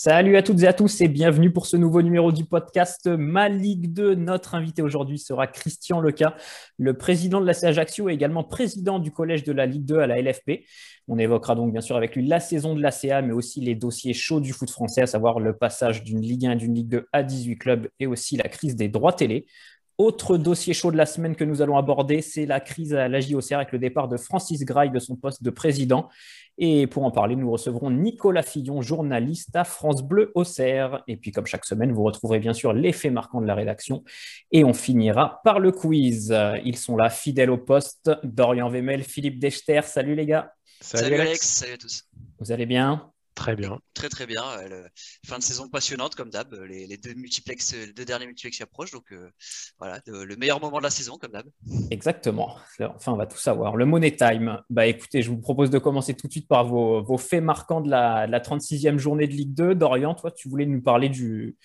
Salut à toutes et à tous et bienvenue pour ce nouveau numéro du podcast Ma Ligue 2. Notre invité aujourd'hui sera Christian Leca, le président de l'AC Ajaccio et également président du collège de la Ligue 2 à la LFP. On évoquera donc bien sûr avec lui la saison de l'ACA, mais aussi les dossiers chauds du foot français, à savoir le passage d'une Ligue 1 et d'une Ligue 2 à 18 clubs et aussi la crise des droits télé. Autre dossier chaud de la semaine que nous allons aborder, c'est la crise à la JOCR avec le départ de Francis Grail de son poste de président. Et pour en parler, nous recevrons Nicolas Fillon, journaliste à France Bleu Auxerre. Et puis, comme chaque semaine, vous retrouverez bien sûr les faits marquants de la rédaction. Et on finira par le quiz. Ils sont là, fidèles au poste. Dorian Vemel, Philippe Dechter. Salut les gars. Salut Alex, salut à tous. Vous allez bien? Très bien. Très très bien. Fin de saison passionnante comme d'hab. Les deux derniers multiplex qui approchent. Donc voilà, le meilleur moment de la saison comme d'hab. Exactement. Enfin, on va tout savoir. Le Money Time. Bah, écoutez, je vous propose de commencer tout de suite par vos faits marquants de la 36e journée de Ligue 2. Dorian, toi, tu voulais nous parler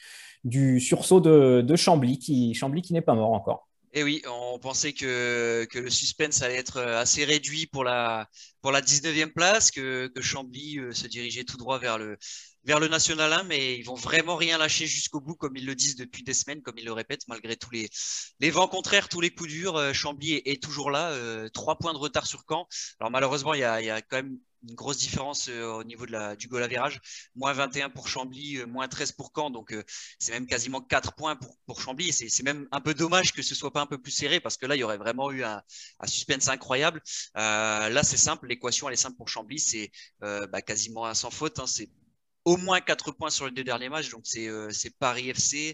du sursaut de Chambly qui n'est pas mort encore. Et oui, on pensait que le suspense allait être assez réduit pour la 19e place, que Chambly se dirigeait tout droit vers le National 1, mais ils vont vraiment rien lâcher jusqu'au bout, comme ils le disent depuis des semaines, comme ils le répètent, malgré tous les vents contraires, tous les coups durs. Chambly est toujours là, 3 points de retard sur Caen. Alors malheureusement, il y a quand même une grosse différence au niveau du goal average. Moins 21 pour Chambly, moins 13 pour Caen. Donc, c'est même quasiment 4 points pour Chambly. C'est même un peu dommage que ce soit pas un peu plus serré parce que là, il y aurait vraiment eu un suspense incroyable. Là, c'est simple. L'équation, elle est simple pour Chambly. C'est quasiment un sans faute. Hein. C'est au moins 4 points sur les 2 derniers matchs. Donc, c'est Paris FC.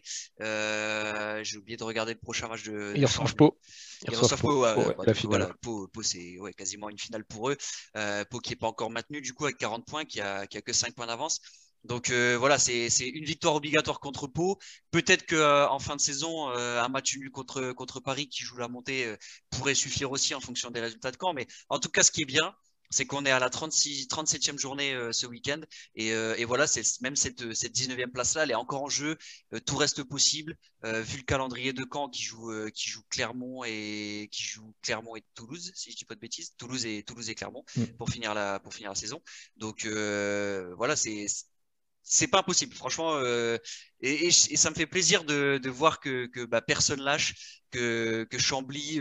J'ai oublié de regarder le prochain match de Ils reçoivent Pau. Ils reçoivent Pau. La finale. Voilà, Pau c'est quasiment une finale pour eux. Pau qui n'est pas encore maintenu, du coup, avec 40 points, qui a que 5 points d'avance. Donc voilà, c'est une victoire obligatoire contre Pau. Peut-être qu'en fin de saison, un match nul contre Paris qui joue la montée pourrait suffire aussi en fonction des résultats de Caen. Mais en tout cas, ce qui est bien, c'est qu'on est à la 37e journée ce week-end. Et voilà, même cette 19e place-là, elle est encore en jeu. Tout reste possible. Vu le calendrier de Caen qui joue Clermont et Toulouse, si je dis pas de bêtises, Toulouse et Clermont pour finir la saison. Donc voilà, c'est pas impossible, franchement. Et ça me fait plaisir de voir que personne lâche, que Chambly,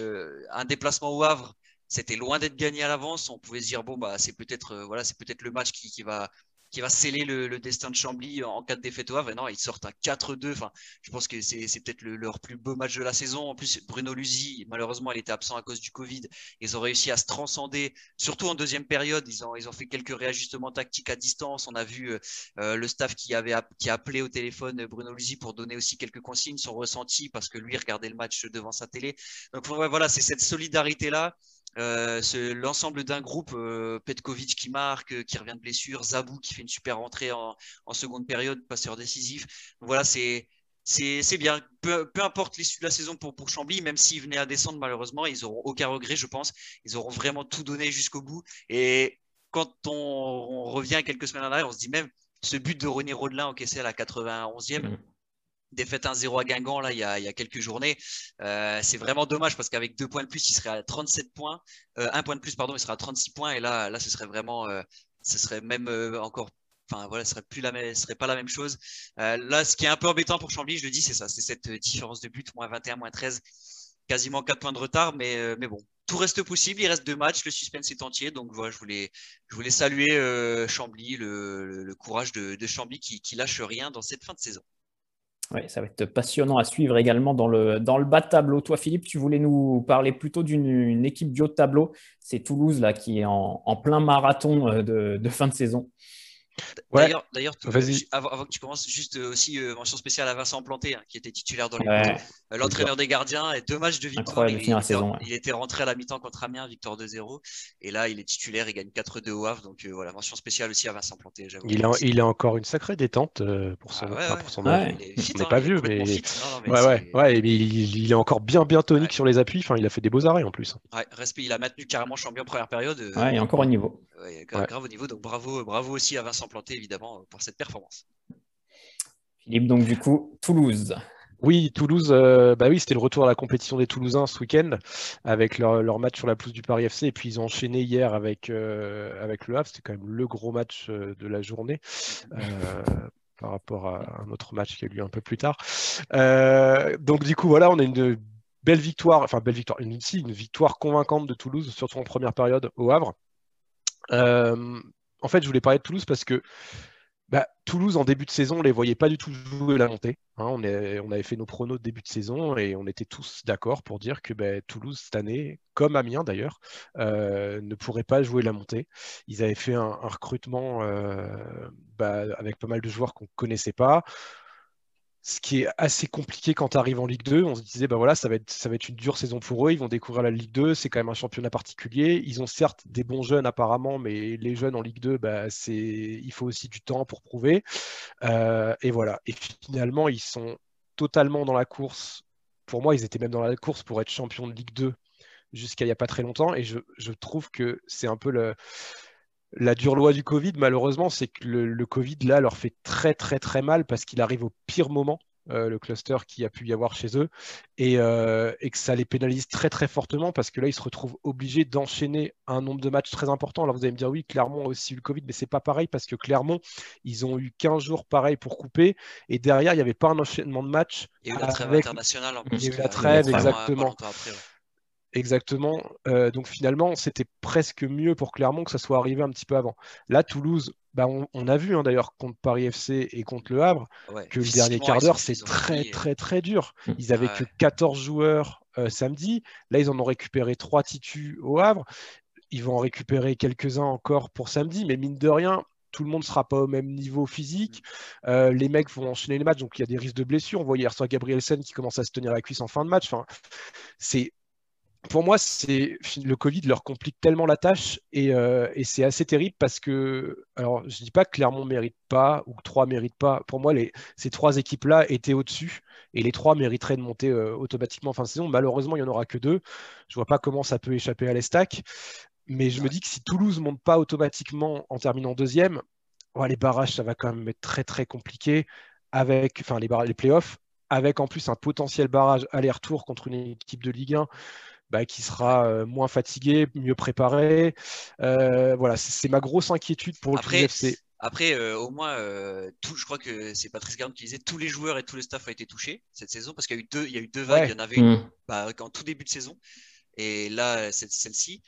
un déplacement au Havre, c'était loin d'être gagné à l'avance. On pouvait se dire, bon, c'est peut-être c'est peut-être le match qui va sceller le destin de Chambly en cas de défaite au Havre. Et non, ils sortent un 4-2. Enfin, je pense que c'est peut-être leur plus beau match de la saison. En plus, Bruno Luzi, malheureusement, il était absent à cause du Covid. Ils ont réussi à se transcender, surtout en deuxième période. Ils ont fait quelques réajustements tactiques à distance. On a vu le staff qui a appelé au téléphone Bruno Luzi pour donner aussi quelques consignes, son ressenti, parce que lui regardait le match devant sa télé. Donc voilà, c'est cette solidarité-là. L'ensemble d'un groupe, Petkovic qui marque, qui revient de blessure, Zabou qui fait une super rentrée en seconde période, passeur décisif. Donc voilà, c'est bien. Peu importe l'issue de la saison pour Chambly, même s'ils venaient à descendre, malheureusement, ils n'auront aucun regret, je pense. Ils auront vraiment tout donné jusqu'au bout. Et quand on revient quelques semaines en arrière, on se dit même ce but de René Rodelin encaissé à la 91e. Défaite 1-0 à Guingamp là, il y a quelques journées. C'est vraiment dommage parce qu'avec 2 points de plus, il serait à 37 points. 1 point de plus, pardon, il serait à 36 points. Et là ce serait vraiment, ce serait même encore. Enfin voilà, ce serait pas la même chose. Là, ce qui est un peu embêtant pour Chambly, je le dis, c'est ça, c'est cette différence de but, moins 21, moins 13, quasiment 4 points de retard. Mais bon, tout reste possible. Il reste 2 matchs, le suspense est entier. Donc voilà, je voulais saluer Chambly, le courage de Chambly qui lâche rien dans cette fin de saison. Oui, ça va être passionnant à suivre également dans le bas de tableau. Toi, Philippe, tu voulais nous parler plutôt d'une équipe du haut de tableau. C'est Toulouse là, qui est en plein marathon de fin de saison. Ouais, D'ailleurs, vas-y. avant que tu commences, juste aussi mention spéciale à Vincent Planté, hein, qui était titulaire dans les Ouais, buts. L'entraîneur des gardiens, et 2 matchs de victoire. incroyable de finir la saison. Ouais. Il était rentré à la mi-temps contre Amiens, victoire 2-0. Et là, il est titulaire, il gagne 4-2 au Havre. Donc voilà, mention spéciale aussi à Vincent Planté. J'avoue. Il a encore une sacrée détente pour son âge. Ouais. Il On n'est pas vieux, mais fit. Non, mais ouais, mais il est encore bien tonique sur les appuis. Enfin, il a fait des beaux arrêts en plus. Ouais, respect, il a maintenu carrément Chambly en première période. Ouais, il y a encore au niveau. Ouais, grave au niveau. Donc bravo aussi à Vincent Planté, évidemment, pour cette performance. Philippe, donc du coup, Toulouse. Oui, Toulouse, oui, c'était le retour à la compétition des Toulousains ce week-end avec leur match sur la pelouse du Paris FC. Et puis ils ont enchaîné hier avec le Havre. C'était quand même le gros match de la journée par rapport à un autre match qui a eu lieu un peu plus tard. Donc du coup, voilà, on a une belle victoire, enfin belle victoire, une victoire convaincante de Toulouse, surtout en première période au Havre. En fait, je voulais parler de Toulouse parce que Toulouse, en début de saison, on ne les voyait pas du tout jouer la montée. Hein. On avait fait nos pronos de début de saison et on était tous d'accord pour dire que Toulouse, cette année, comme Amiens d'ailleurs, ne pourrait pas jouer la montée. Ils avaient fait un recrutement avec pas mal de joueurs qu'on ne connaissait pas. Ce qui est assez compliqué quand tu arrives en Ligue 2, on se disait, voilà, ça va être une dure saison pour eux, ils vont découvrir la Ligue 2, c'est quand même un championnat particulier. Ils ont certes des bons jeunes apparemment, mais les jeunes en Ligue 2, il faut aussi du temps pour prouver. Et voilà. Et finalement, ils sont totalement dans la course. Pour moi, ils étaient même dans la course pour être champions de Ligue 2 jusqu'à il n'y a pas très longtemps. Et je trouve que c'est un peu la dure loi du Covid, malheureusement, c'est que le Covid, là, leur fait très, très, très mal parce qu'il arrive au pire moment, le cluster qui a pu y avoir chez eux, et que ça les pénalise très, très fortement parce que là, ils se retrouvent obligés d'enchaîner un nombre de matchs très important. Alors, vous allez me dire, oui, Clermont a aussi eu le Covid, mais c'est pas pareil parce que Clermont, ils ont eu 15 jours pareil pour couper, et derrière, il n'y avait pas un enchaînement de matchs. Il y a eu la trêve internationale en plus. Il y a eu qui la est trêve, arrivée pas exactement. longtemps après, ouais. Exactement. Donc finalement, c'était presque mieux pour Clermont que ça soit arrivé un petit peu avant. Là, Toulouse, on a vu d'ailleurs contre Paris FC et contre Le Havre Ouais, que le dernier physiquement, quart d'heure, c'est ils ont très pris, très très dur. Ils avaient que ouais. 14 joueurs samedi. Là, ils en ont récupéré 3 titus au Havre. Ils vont en récupérer quelques-uns encore pour samedi, mais mine de rien, tout le monde ne sera pas au même niveau physique. Les mecs vont enchaîner les matchs, donc il y a des risques de blessures. On voit hier soir Gabrielsen qui commence à se tenir la cuisse en fin de match. Enfin, c'est pour moi, le Covid leur complique tellement la tâche et c'est assez terrible parce que, alors je dis pas que Clermont mérite pas ou que Troyes mérite pas. Pour moi, ces trois équipes-là étaient au-dessus et les trois mériteraient de monter automatiquement en fin de saison. Malheureusement, il n'y en aura que deux. Je vois pas comment ça peut échapper à l'Estac. Mais je me dis que si Toulouse ne monte pas automatiquement en terminant deuxième, les barrages, ça va quand même être très très compliqué avec, enfin les playoffs, avec en plus un potentiel barrage aller-retour contre une équipe de Ligue 1 qui sera moins fatigué, mieux préparé. Voilà, c'est ma grosse inquiétude pour le Toulouse FC. Après, au moins, je crois que c'est Patrice Garde qui disait tous les joueurs et tous les staffs ont été touchés cette saison parce qu'il y a eu deux vagues. Ouais. Il y en avait une en tout début de saison et là, celle-ci.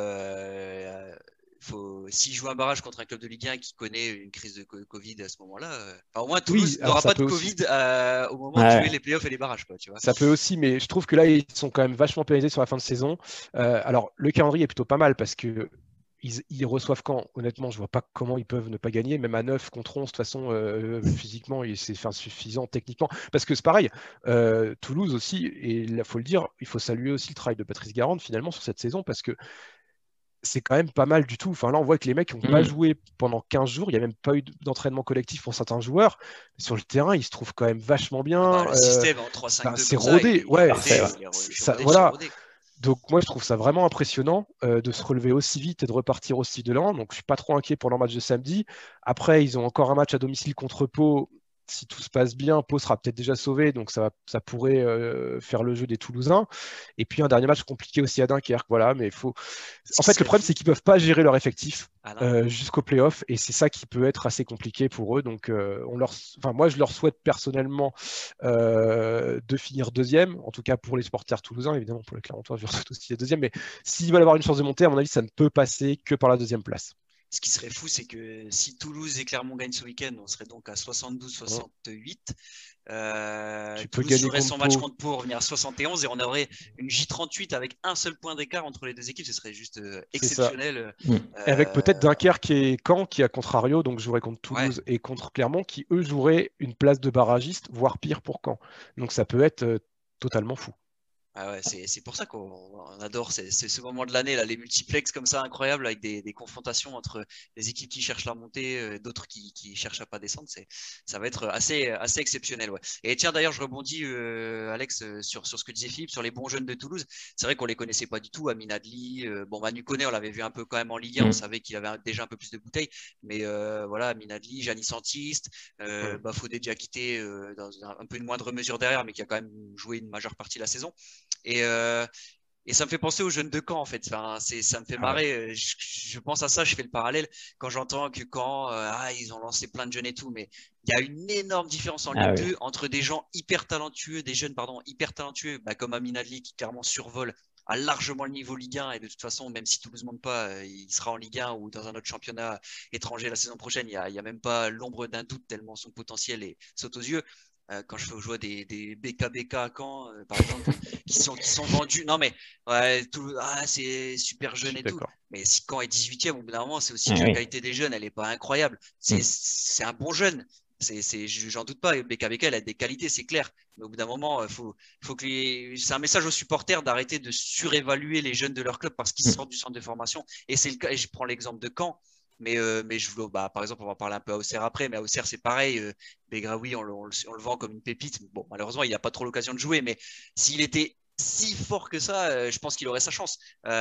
S'il joue un barrage contre un club de Ligue 1 qui connaît une crise de Covid à ce moment-là, au moins Toulouse n'aura pas de Covid au moment de jouer les playoffs et les barrages. Quoi, tu vois. Ça peut aussi, mais je trouve que là, ils sont quand même vachement pénalisés sur la fin de saison. Alors, le calendrier est plutôt pas mal parce que ils reçoivent quand? Honnêtement, je vois pas comment ils peuvent ne pas gagner. Même à 9 contre 11, de toute façon, physiquement, c'est insuffisant techniquement. Parce que c'est pareil, Toulouse aussi, et il faut le dire, il faut saluer aussi le travail de Patrice Garande finalement sur cette saison parce que c'est quand même pas mal du tout. Enfin, là, on voit que les mecs n'ont pas joué pendant 15 jours. Il n'y a même pas eu d'entraînement collectif pour certains joueurs. Mais sur le terrain, ils se trouvent quand même vachement bien. Le système en 3-5-2, c'est rodé. Voilà. Rodé. Donc, moi, je trouve ça vraiment impressionnant de se relever aussi vite et de repartir aussi de l'an. Donc, je ne suis pas trop inquiet pour leur match de samedi. Après, ils ont encore un match à domicile contre Pau. Si tout se passe bien, Pau sera peut-être déjà sauvé, donc ça pourrait faire le jeu des Toulousains. Et puis un dernier match compliqué aussi à Dunkerque, voilà. Mais en fait, le problème, c'est qu'ils ne peuvent pas gérer leur effectif jusqu'au playoff, et c'est ça qui peut être assez compliqué pour eux. Donc, moi, je leur souhaite personnellement de finir deuxième, en tout cas pour les supporters toulousains, évidemment pour les Clermontois, je leur souhaite aussi la deuxième. Mais s'ils veulent avoir une chance de monter, à mon avis, ça ne peut passer que par la deuxième place. Ce qui serait fou, c'est que si Toulouse et Clermont gagnent ce week-end, on serait donc à 72-68. Toulouse jouerait son match contre Pau, revenir à 71 et on aurait une J38 avec un seul point d'écart entre les deux équipes. Ce serait juste exceptionnel. Avec peut-être Dunkerque et Caen qui, à contrario, donc jouerait contre Toulouse et contre Clermont, qui eux joueraient une place de barragiste, voire pire pour Caen. Donc ça peut être totalement fou. Ah ouais, c'est pour ça qu'on adore ce moment de l'année, là, les multiplex comme ça, incroyables, avec des confrontations entre des équipes qui cherchent la montée, d'autres qui cherchent à pas descendre. Ça va être assez exceptionnel. Ouais. Et tiens, d'ailleurs, je rebondis, Alex, sur ce que disait Philippe, sur les bons jeunes de Toulouse. C'est vrai qu'on les connaissait pas du tout, Amin Adli. Bon, Manu Koné, on l'avait vu un peu quand même en Ligue 1, on savait qu'il avait déjà un peu plus de bouteilles. Mais voilà, Amin Adli, Gianni Santiste, Bafodé Diakité, dans un peu une moindre mesure derrière, mais qui a quand même joué une majeure partie de la saison. Et, euh, et ça me fait penser aux jeunes de Caen, en fait. Enfin, ça me fait marrer. Je pense à ça, je fais le parallèle quand j'entends que Caen, ils ont lancé plein de jeunes et tout, mais il y a une énorme différence en Ligue 2 entre des gens hyper talentueux, des jeunes, pardon, hyper talentueux, comme Amin Adli qui clairement survole à largement le niveau Ligue 1 et de toute façon, même si Toulouse ne monte pas, il sera en Ligue 1 ou dans un autre championnat étranger la saison prochaine. Il y a même pas l'ombre d'un doute tellement son potentiel saute aux yeux. Quand je vois des BKBK à Caen, par exemple, qui sont vendus. Non, mais ouais, c'est super jeune et tout. Mais si Caen est 18e, au bout d'un moment, c'est aussi que la qualité des jeunes, elle n'est pas incroyable. C'est un bon jeune. J'en doute pas. BKBK, elle a des qualités, c'est clair. Mais au bout d'un moment, faut que c'est un message aux supporters d'arrêter de surévaluer les jeunes de leur club parce qu'ils sortent du centre de formation. Et c'est le cas. Et je prends l'exemple de Caen. Mais par exemple, on va parler un peu à Auxerre après, mais à Auxerre, c'est pareil. Begraoui, on le vend comme une pépite. Bon, malheureusement, il n'a pas trop l'occasion de jouer, mais s'il était si fort que ça, je pense qu'il aurait sa chance.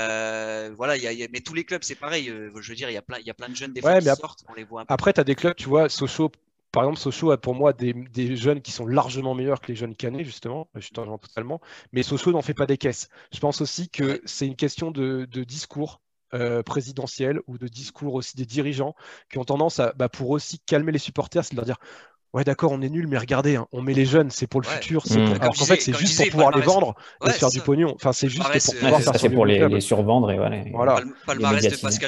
Voilà, mais tous les clubs, c'est pareil. Je veux dire, il y a plein de jeunes des fois qui sortent, on les voit un peu. Après, tu as des clubs, tu vois, Sochaux. Par exemple, Sochaux a pour moi des jeunes qui sont largement meilleurs que les jeunes Canet, justement. Je t'en rejoins totalement. Mais Sochaux n'en fait pas des caisses. Je pense aussi que c'est une question de discours présidentiel ou de discours aussi des dirigeants qui ont tendance à, pour aussi calmer les supporters, c'est de leur dire ouais, d'accord, on est nul, mais regardez, hein, on met les jeunes, c'est pour le futur. Alors qu'en fait, c'est juste pour pouvoir les vendre et se faire du pognon. Enfin, c'est juste pour pouvoir faire c'est pour les survendre. Et voilà. Palmarès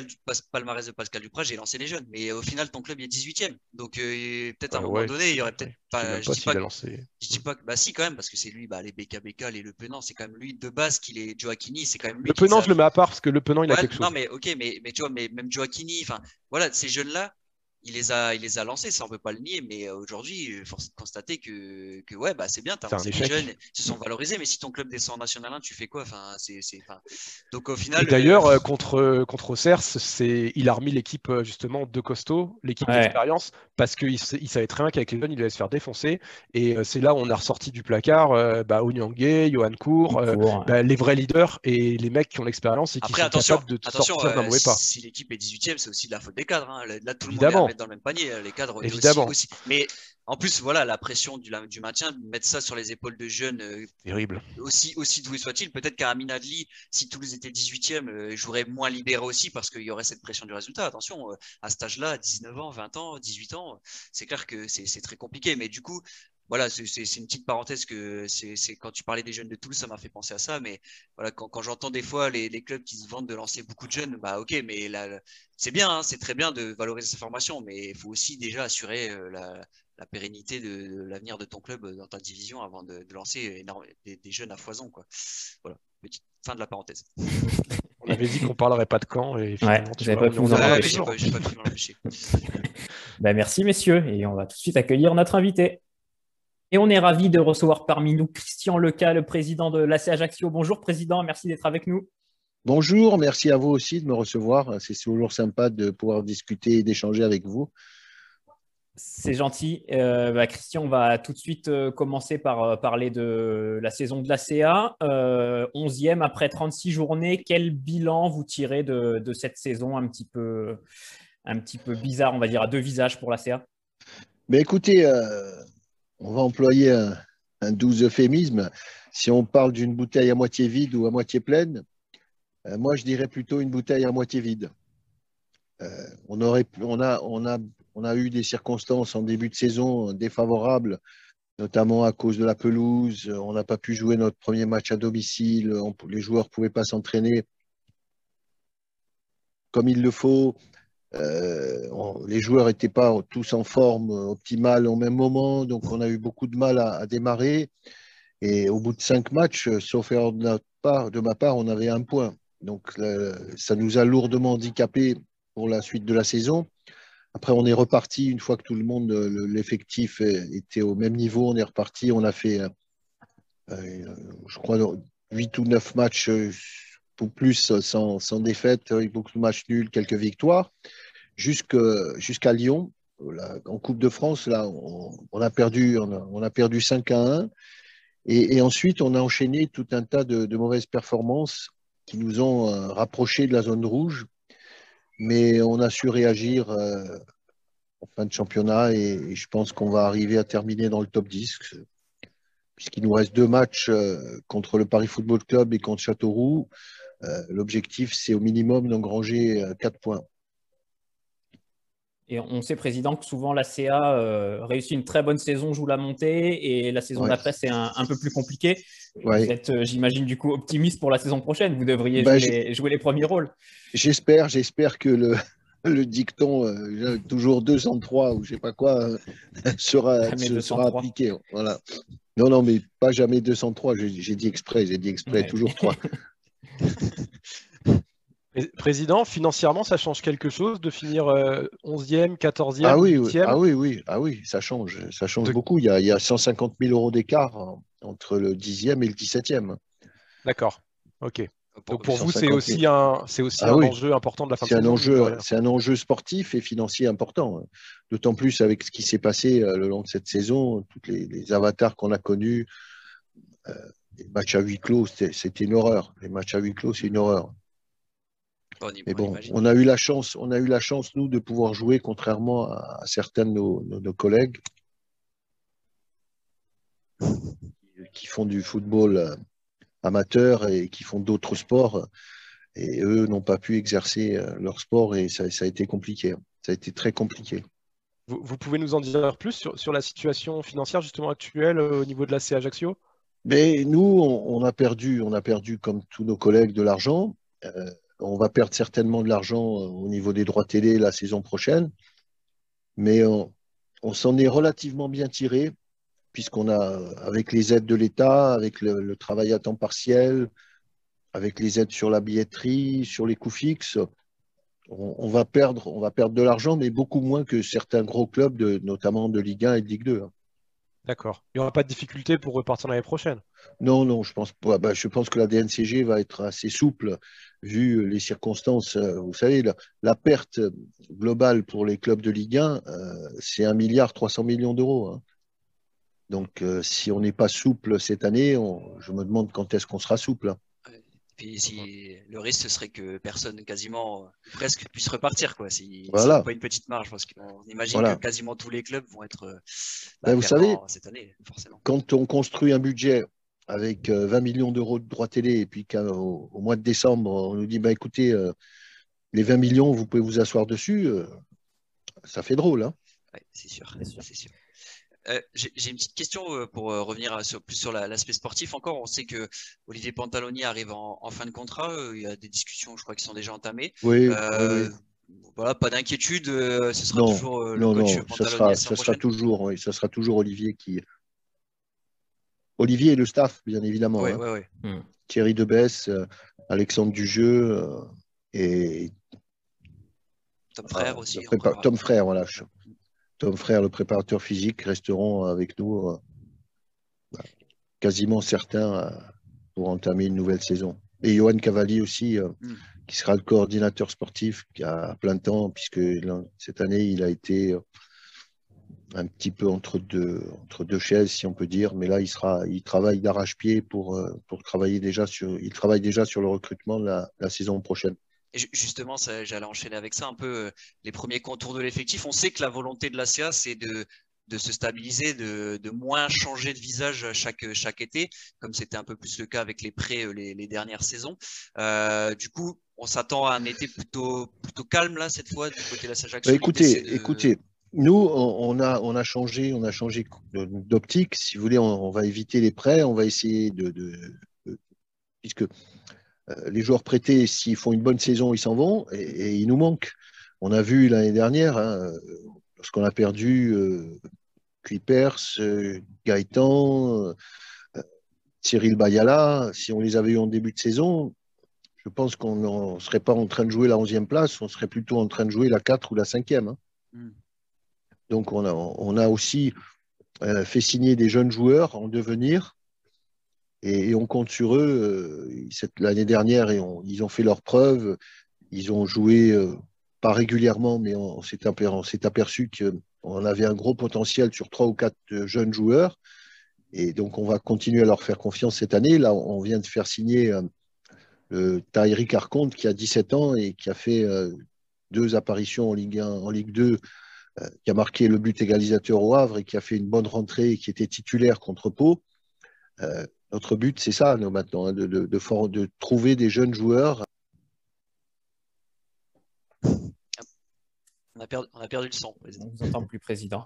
de Pascal Duprat, j'ai lancé les jeunes. Mais au final, ton club est 18e. Donc, peut-être à un moment donné, il y aurait peut-être pas. Je dis pas que. Bah, si, quand même, parce que c'est lui, les BKBK, les Le Penant, c'est quand même lui de base qu'il est Gioacchini. C'est quand même lui Le Penant, je le mets à part parce que Le Penant, il a quelque chose. Non, mais ok, mais tu vois, mais même Gioacchini, enfin, voilà, ces jeunes-là. Il les a lancés, ça on peut pas le nier, mais aujourd'hui, force est de constater que ouais, c'est bien, t'as lancé des jeunes, ils se sont valorisés, mais si ton club descend en National 1, tu fais quoi? Enfin, donc au final. Et d'ailleurs, contre Auxerre, il a remis l'équipe justement de costaud, l'équipe d'expérience, parce qu'il savait très bien qu'avec les jeunes, il allait se faire défoncer. Et c'est là où on a ressorti du placard Onyangé, Johan Cour, les vrais leaders et les mecs qui ont l'expérience et qui sont capables de sortir d'un mauvais pas. Si l'équipe est 18e, c'est aussi de la faute des cadres. Hein. Là, tout le monde est à mettre dans le même panier. Les cadres aussi. Mais en plus, voilà, la pression du maintien, mettre ça sur les épaules de jeunes, terrible. Aussi doués soit-il, peut-être qu'à Amin Adli, si Toulouse était 18e, jouerait moins libéré aussi parce qu'il y aurait cette pression du résultat. Attention, à cet âge-là, 19 ans, 20 ans, 18 ans, c'est clair que c'est très compliqué. Mais du coup, voilà, c'est une petite parenthèse que c'est quand tu parlais des jeunes de Toulouse, ça m'a fait penser à ça. Mais voilà, quand j'entends des fois les clubs qui se vantent de lancer beaucoup de jeunes, ok, mais là, c'est bien, hein, c'est très bien de valoriser sa formation, mais il faut aussi déjà assurer la pérennité de l'avenir de ton club dans ta division avant de lancer des jeunes à foison, quoi. Voilà, petite fin de la parenthèse. On avait dit qu'on parlerait pas de Caen et finalement j'ai pas pu m'en empêcher. Merci messieurs et on va tout de suite accueillir notre invité. Et on est ravi de recevoir parmi nous Christian Leca, le président de l'AC Ajaccio. Bonjour président, merci d'être avec nous. Bonjour, merci à vous aussi de me recevoir. C'est toujours sympa de pouvoir discuter et d'échanger avec vous. C'est gentil. Christian, on va tout de suite commencer par parler de la saison de l'ACA. 11e après 36 journées. Quel bilan vous tirez de cette saison un petit peu bizarre, on va dire, à deux visages pour l'ACA? Mais écoutez, on va employer un doux euphémisme. Si on parle d'une bouteille à moitié vide ou à moitié pleine, moi je dirais plutôt une bouteille à moitié vide. On a eu des circonstances en début de saison défavorables, notamment à cause de la pelouse. On n'a pas pu jouer notre premier match à domicile. Les joueurs ne pouvaient pas s'entraîner comme il le faut. Les joueurs n'étaient pas tous en forme optimale au même moment, donc on a eu beaucoup de mal à démarrer. Et au bout de 5 matchs, sauf erreur de ma part, on avait 1 point. Donc ça nous a lourdement handicapés pour la suite de la saison. Après, on est reparti une fois que tout le monde, l'effectif était au même niveau. On est reparti. On a fait, je crois, 8 ou 9 matchs ou plus sans défaite, beaucoup de matchs nuls, quelques victoires, jusqu'à Lyon. Là, en Coupe de France, là, on a perdu 5-1. Et ensuite, on a enchaîné tout un tas de mauvaises performances qui nous ont rapprochés de la zone rouge. Mais on a su réagir en fin de championnat et je pense qu'on va arriver à terminer dans le top 10, puisqu'il nous reste 2 matchs contre le Paris Football Club et contre Châteauroux. L'objectif, c'est au minimum d'engranger 4 points. Et on sait, Président, que souvent la CA réussit une très bonne saison, joue la montée, et la saison d'après, c'est un peu plus compliqué. Ouais. Vous êtes, j'imagine, du coup, optimiste pour la saison prochaine. Vous devriez jouer les premiers rôles. J'espère que le dicton toujours 203 ou je ne sais pas quoi sera appliqué. Voilà. Non, mais pas jamais 203. J'ai dit exprès, ouais. Toujours 3. Président, financièrement, ça change quelque chose de finir 11e, 14e, ah oui, 8e? Ah oui, ça change beaucoup. Il y a 150 000 euros d'écart entre le 10e et le 17e. D'accord, ok. Donc pour vous, 150 c'est aussi un enjeu important de la fin de saison. C'est un enjeu sportif et financier important. D'autant plus avec ce qui s'est passé le long de cette saison, tous les avatars qu'on a connus. Les matchs à huis clos, c'était une horreur. Les matchs à huis clos, c'est une horreur. Mais bon, on a eu la chance, nous, de pouvoir jouer, contrairement à certains de nos collègues qui font du football amateur et qui font d'autres sports. Et eux n'ont pas pu exercer leur sport et ça a été compliqué. Ça a été très compliqué. Vous pouvez nous en dire plus sur la situation financière justement actuelle au niveau de la CA Ajaccio? Mais nous, on a perdu comme tous nos collègues de l'argent. On va perdre certainement de l'argent au niveau des droits télé la saison prochaine. Mais on s'en est relativement bien tiré, puisqu'on a, avec les aides de l'État, avec le travail à temps partiel, avec les aides sur la billetterie, sur les coûts fixes, on va perdre de l'argent, mais beaucoup moins que certains gros clubs, notamment de Ligue 1 et de Ligue 2. D'accord. Il n'y aura pas de difficulté pour repartir l'année prochaine? Non, je pense pas. Je pense que la DNCG va être assez souple vu les circonstances. Vous savez, la perte globale pour les clubs de Ligue 1, c'est 1,3 milliard d'euros. Donc, si on n'est pas souple cette année, je me demande quand est-ce qu'on sera souple. Puis le risque, ce serait que personne, quasiment, presque, puisse repartir. S'il n'y a pas une petite marge, parce qu'on imagine que quasiment tous les clubs vont être vous savez, cette année, forcément. Quand on construit un budget avec 20 millions d'euros de droits télé et puis qu'au mois de décembre, on nous dit, écoutez, les 20 millions, vous pouvez vous asseoir dessus, ça fait drôle. Hein. Ouais, c'est sûr. J'ai une petite question pour revenir plus sur l'aspect sportif encore. On sait que Olivier Pantaloni arrive en fin de contrat. Il y a des discussions, je crois, qui sont déjà entamées. Oui. Voilà, pas d'inquiétude. Ce sera toujours le coach Pantaloni. Ça sera toujours Olivier qui. Olivier et le staff, bien évidemment. Oui. Thierry Debesse, Alexandre Dujeu et Tom Frère aussi. Tom Frère, voilà. Tom Frère, le préparateur physique, resteront avec nous quasiment certains pour entamer une nouvelle saison. Et Johan Cavalli aussi, qui sera le coordinateur sportif à plein temps, puisque cette année, il a été un petit peu entre deux chaises, si on peut dire. Mais là, il travaille d'arrache-pied pour travailler déjà sur le recrutement de la saison prochaine. Et justement, j'allais enchaîner avec ça un peu les premiers contours de l'effectif. On sait que la volonté de la CA, c'est de se stabiliser, de moins changer de visage chaque été, comme c'était un peu plus le cas avec les prêts les dernières saisons. Du coup, on s'attend à un été plutôt calme là cette fois du côté de la CA Ajaccio. Écoutez, nous on a changé d'optique. Si vous voulez, on va éviter les prêts, on va essayer puisque les joueurs prêtés, s'ils font une bonne saison, ils s'en vont et ils nous manquent. On a vu l'année dernière, lorsqu'on a perdu Kuipers, Gaëtan, Cyril Bayala, si on les avait eu en début de saison, je pense qu'on ne serait pas en train de jouer la 11e place, on serait plutôt en train de jouer la 4 ou la 5e. Donc on a aussi fait signer des jeunes joueurs en devenir et on compte sur eux. L'année dernière, ils ont fait leurs preuves. Ils ont joué, pas régulièrement, mais on s'est aperçu qu'on avait un gros potentiel sur 3 ou 4 jeunes joueurs. Et donc, on va continuer à leur faire confiance cette année. Là, on vient de faire signer Tahiri Arconte, qui a 17 ans et qui a fait 2 apparitions en Ligue 1, en Ligue 2, qui a marqué le but égalisateur au Havre et qui a fait une bonne rentrée et qui était titulaire contre Pau. Notre but, c'est ça, nous, maintenant, hein, de trouver des jeunes joueurs. On a perdu le son. On ne vous entend plus, président.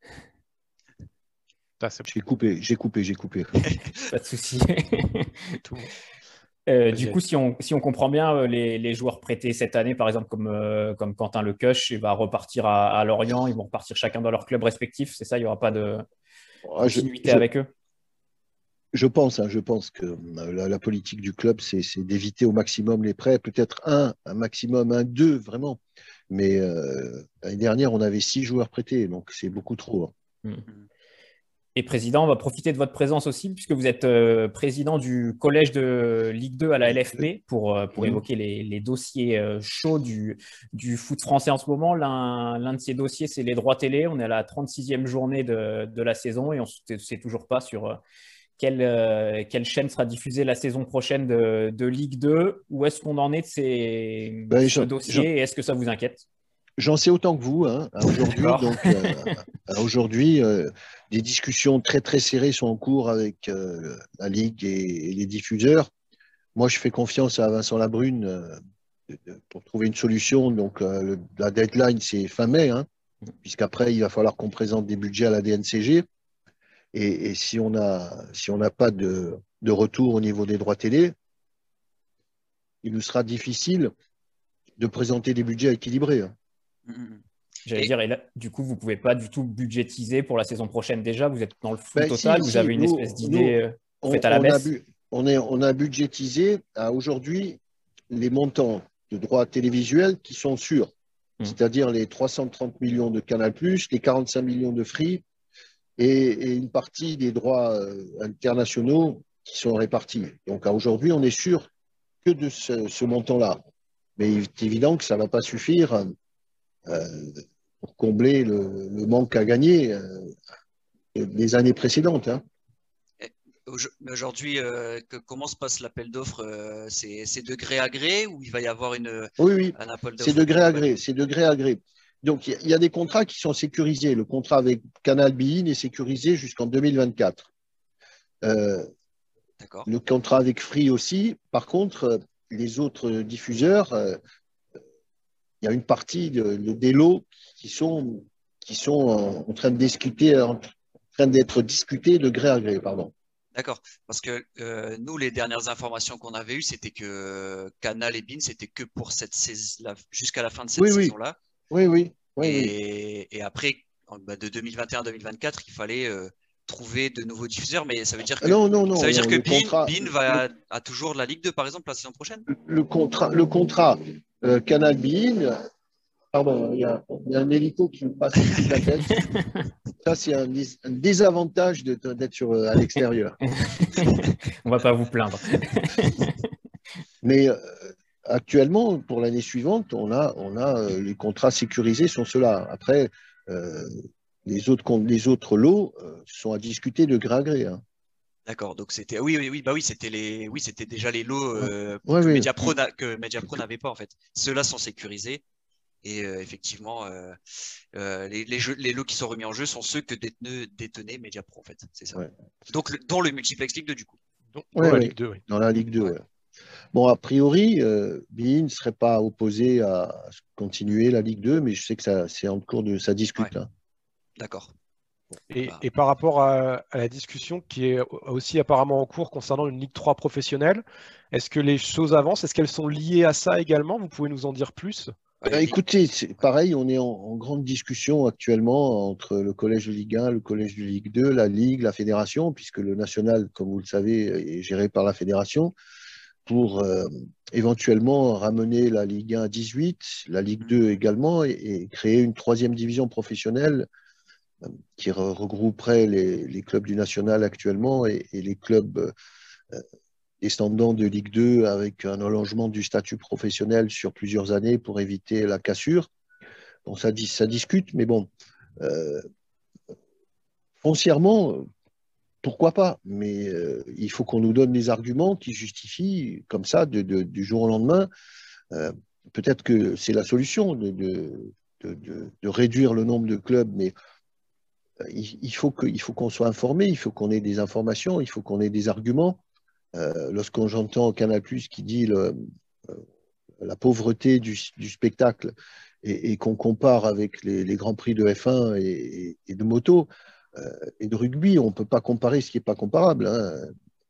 J'ai coupé. Pas de souci. Tout. Du coup, si on comprend bien, les joueurs prêtés cette année, par exemple, comme Quentin Lequeuch, il va repartir à Lorient. Ils vont repartir chacun dans leur club respectif. C'est ça, il n'y aura pas de continuité avec eux. Je pense que la politique du club, c'est d'éviter au maximum les prêts. Peut-être un maximum, 2, vraiment. Mais l'année dernière, on avait 6 joueurs prêtés, donc c'est beaucoup trop. Et président, on va profiter de votre présence aussi, puisque vous êtes président du collège de Ligue 2 à la LFP, pour évoquer les dossiers chauds du foot français en ce moment. L'un de ces dossiers, c'est les droits télé. On est à la 36e journée de la saison et on ne sait toujours pas sur quelle chaîne sera diffusée la saison prochaine de Ligue 2. Où est-ce qu'on en est de ce dossier et est-ce que ça vous inquiète? J'en sais autant que vous, hein, aujourd'hui. Des discussions très très serrées sont en cours avec la Ligue et les diffuseurs. Moi, je fais confiance à Vincent Labrune pour trouver une solution. Donc, la deadline, c'est fin mai, hein, puisqu'après, il va falloir qu'on présente des budgets à la DNCG. Et si on n'a pas de retour au niveau des droits télé, il nous sera difficile de présenter des budgets équilibrés, hein. J'allais dire, et là, du coup, vous ne pouvez pas du tout budgétiser pour la saison prochaine déjà. Vous êtes dans le flou total. Vous avez une espèce d'idée faite à la baisse. On a budgétisé à aujourd'hui les montants de droits télévisuels qui sont sûrs, c'est-à-dire les 330 millions de Canal+, les 45 millions de Free et une partie des droits internationaux qui sont répartis. Donc aujourd'hui, on est sûr que de ce montant-là. Mais il est évident que ça ne va pas suffire pour combler le manque à gagner des années précédentes, hein. Mais aujourd'hui, comment se passe l'appel d'offres? C'est de gré à gré ou il va y avoir Oui, un appel d'offres? c'est de gré à gré. C'est de gré à gré. Donc, il y a des contrats qui sont sécurisés. Le contrat avec Canal Bein est sécurisé jusqu'en 2024. Le contrat avec Free aussi. Par contre, les autres diffuseurs, il y a une partie des lots qui sont en train d'être discutés de gré à gré, pardon. D'accord, parce que nous, les dernières informations qu'on avait eues, c'était que Canal et Bein, c'était que pour cette saison, jusqu'à la fin de cette saison-là. Oui. Et après, de 2021 à 2024, il fallait trouver de nouveaux diffuseurs, mais ça veut dire que Bein a toujours la Ligue 2, par exemple, la saison prochaine? Le contrat Canal Bein, pardon, il y a un hélico qui me passe sur la tête. Ça, c'est un désavantage d'être à l'extérieur. On ne va pas vous plaindre. Mais actuellement, pour l'année suivante, on a les contrats sécurisés sont ceux-là. Après, les autres lots sont à discuter de gré à gré, hein. D'accord, donc c'était c'était déjà les lots que Mediapro n'avait pas en fait. Ceux-là sont sécurisés. Et effectivement, les lots qui sont remis en jeu sont ceux que détenait Mediapro, en fait. C'est ça. Ouais. Donc, dont le multiplex Ligue 2, du coup. Ligue 2, oui. Dans la Ligue 2, ouais. Bon, a priori, Bein ne serait pas opposé à continuer la Ligue 2, mais je sais que c'est en cours de ça discute. Ouais. Là. D'accord. Et par rapport à la discussion qui est aussi apparemment en cours concernant une Ligue 3 professionnelle, est-ce que les choses avancent? Est-ce qu'elles sont liées à ça également? Vous pouvez nous en dire plus? Écoutez, c'est pareil, on est en grande discussion actuellement entre le collège de Ligue 1, le collège de Ligue 2, la Ligue, la fédération, puisque le national, comme vous le savez, est géré par la fédération, pour éventuellement ramener la Ligue 1 à 18, la Ligue 2 également, et créer une 3e division professionnelle qui regrouperait les clubs du national actuellement et les clubs descendant de Ligue 2 avec un allongement du statut professionnel sur plusieurs années pour éviter la cassure. Bon, ça discute, mais bon, foncièrement, pourquoi pas? Mais il faut qu'on nous donne des arguments qui justifient, comme ça, du jour au lendemain. Peut-être que c'est la solution de réduire le nombre de clubs, mais il faut qu'on soit informé, il faut qu'on ait des informations, il faut qu'on ait des arguments. Lorsqu'on j'entends Canal+ qui dit la pauvreté du spectacle et qu'on compare avec les grands prix de F1 et de moto et de rugby, on ne peut pas comparer ce qui n'est pas comparable. Hein.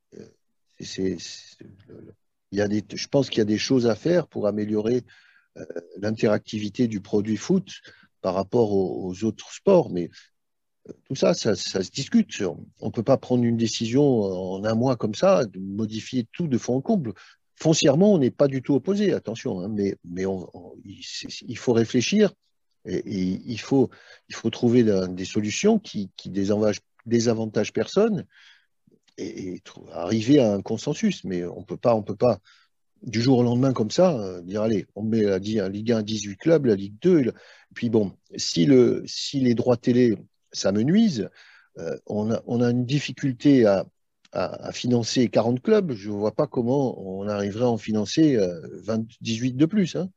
Je pense qu'il y a des choses à faire pour améliorer l'interactivité du produit foot par rapport aux autres sports, mais tout ça, ça se discute. On ne peut pas prendre une décision en un mois comme ça, de modifier tout de fond en comble. Foncièrement, on n'est pas du tout opposé, attention, hein, mais il faut réfléchir et il faut trouver des solutions qui désavantagent personne et arriver à un consensus. Mais on peut pas du jour au lendemain comme ça dire allez, on met la Ligue 1 18 clubs, la Ligue 2. Et puis bon, si les droits télé ça me nuise. On a une difficulté à financer 40 clubs. Je ne vois pas comment on arriverait à en financer 18 de plus. Hein.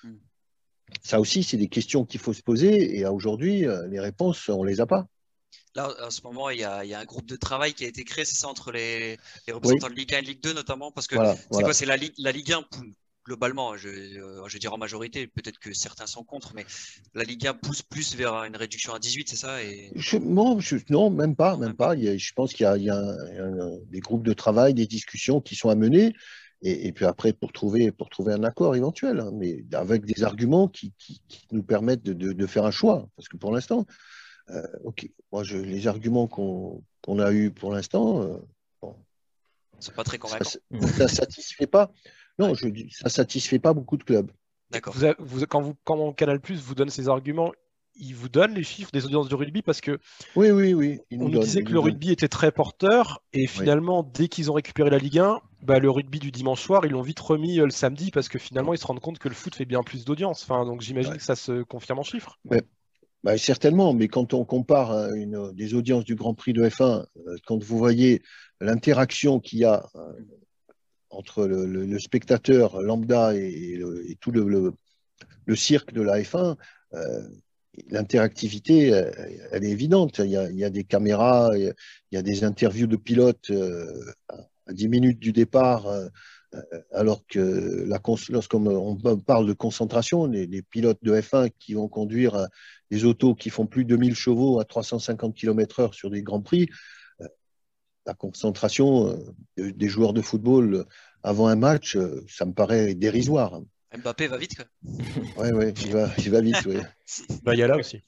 Ça aussi, c'est des questions qu'il faut se poser. Et aujourd'hui, les réponses, on ne les a pas. Là, en ce moment, il y a un groupe de travail qui a été créé, c'est ça, entre les représentants de Ligue 1 et Ligue 2 notamment, parce que quoi, c'est la Ligue 1 globalement, je dirais en majorité, peut-être que certains sont contre, mais la Ligue 1 pousse plus vers une réduction à 18, c'est ça Non, même pas. Je pense qu'il y a des groupes de travail, des discussions qui sont à mener, et puis après, pour trouver un accord éventuel, hein, mais avec des arguments qui nous permettent de faire un choix. Parce que pour l'instant, ok, moi, les arguments qu'on a eus pour l'instant, ils ne sont pas très convaincants. Ça ne satisfait pas. Non, ça ne satisfait pas beaucoup de clubs. D'accord. Quand Canal+ vous donne ces arguments, il vous donne les chiffres des audiences de rugby parce que oui. On nous disait que le rugby était très porteur et finalement, dès qu'ils ont récupéré la Ligue 1, le rugby du dimanche soir, ils l'ont vite remis le samedi parce que finalement, ils se rendent compte que le foot fait bien plus d'audience. Enfin, donc j'imagine que ça se confirme en chiffres. Certainement, mais quand on compare des audiences du Grand Prix de F1, quand vous voyez l'interaction qu'il y a entre le spectateur lambda et tout le cirque de la F1, l'interactivité, elle est évidente. Il y a des caméras, il y a des interviews de pilotes à 10 minutes du départ, alors que lorsqu'on parle de concentration, les pilotes de F1 qui vont conduire des autos qui font plus de 1000 chevaux à 350 km/h sur des grands prix, la concentration des joueurs de football avant un match, ça me paraît dérisoire. Mbappé va vite, quoi. Ouais, il va vite, oui. Il y a là aussi.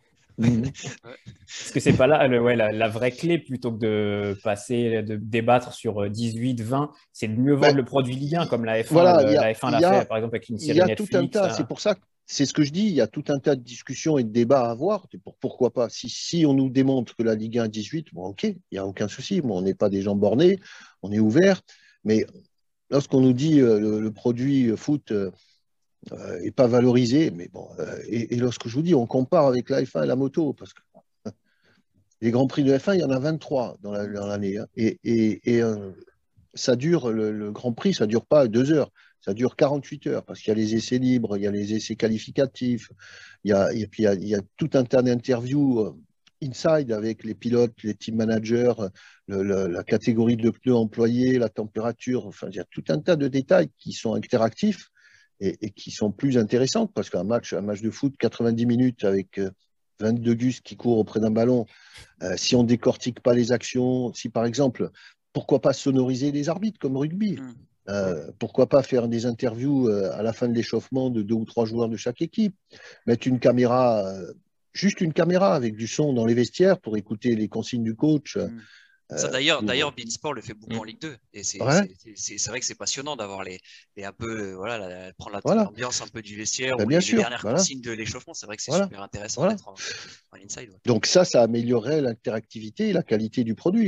Est-ce que c'est pas là la vraie clé plutôt que de débattre sur 18, 20, c'est de mieux vendre le produit Ligue 1 comme la F1, la F1 l'a fait par exemple avec une série Netflix. Il y a tout un tas, c'est pour ça que c'est ce que je dis, il y a tout un tas de discussions et de débats à avoir. Pourquoi pas? Si on nous démontre que la Ligue 1 est 18, bon, ok, il n'y a aucun souci. Bon, on n'est pas des gens bornés, on est ouvert. Mais lorsqu'on nous dit le produit foot n'est pas valorisé, mais bon, et lorsque je vous dis, on compare avec la F1 et la moto, parce que les Grands Prix de F1, il y en a 23 dans l'année. Hein, et ça dure, le Grand Prix, ça ne dure pas 2 heures. Ça dure 48 heures parce qu'il y a les essais libres, il y a les essais qualificatifs, et puis il y a tout un tas d'interviews inside avec les pilotes, les team managers, la catégorie de pneus employés, la température. Enfin, il y a tout un tas de détails qui sont interactifs et qui sont plus intéressants parce qu'un match de foot, 90 minutes avec 22 gus qui courent auprès d'un ballon, si on ne décortique pas les actions, si par exemple, pourquoi pas sonoriser les arbitres comme rugby? Pourquoi pas faire des interviews à la fin de l'échauffement de 2 ou 3 joueurs de chaque équipe, mettre une caméra, juste une caméra avec du son dans les vestiaires pour écouter les consignes du coach. Ça d'ailleurs, Beansport le fait beaucoup en Ligue 2 et c'est vrai que c'est passionnant d'avoir un peu prendre l'ambiance un peu du vestiaire ou les dernières consignes de l'échauffement. C'est vrai que c'est super intéressant d'être en inside. Donc ça améliorerait l'interactivité et la qualité du produit.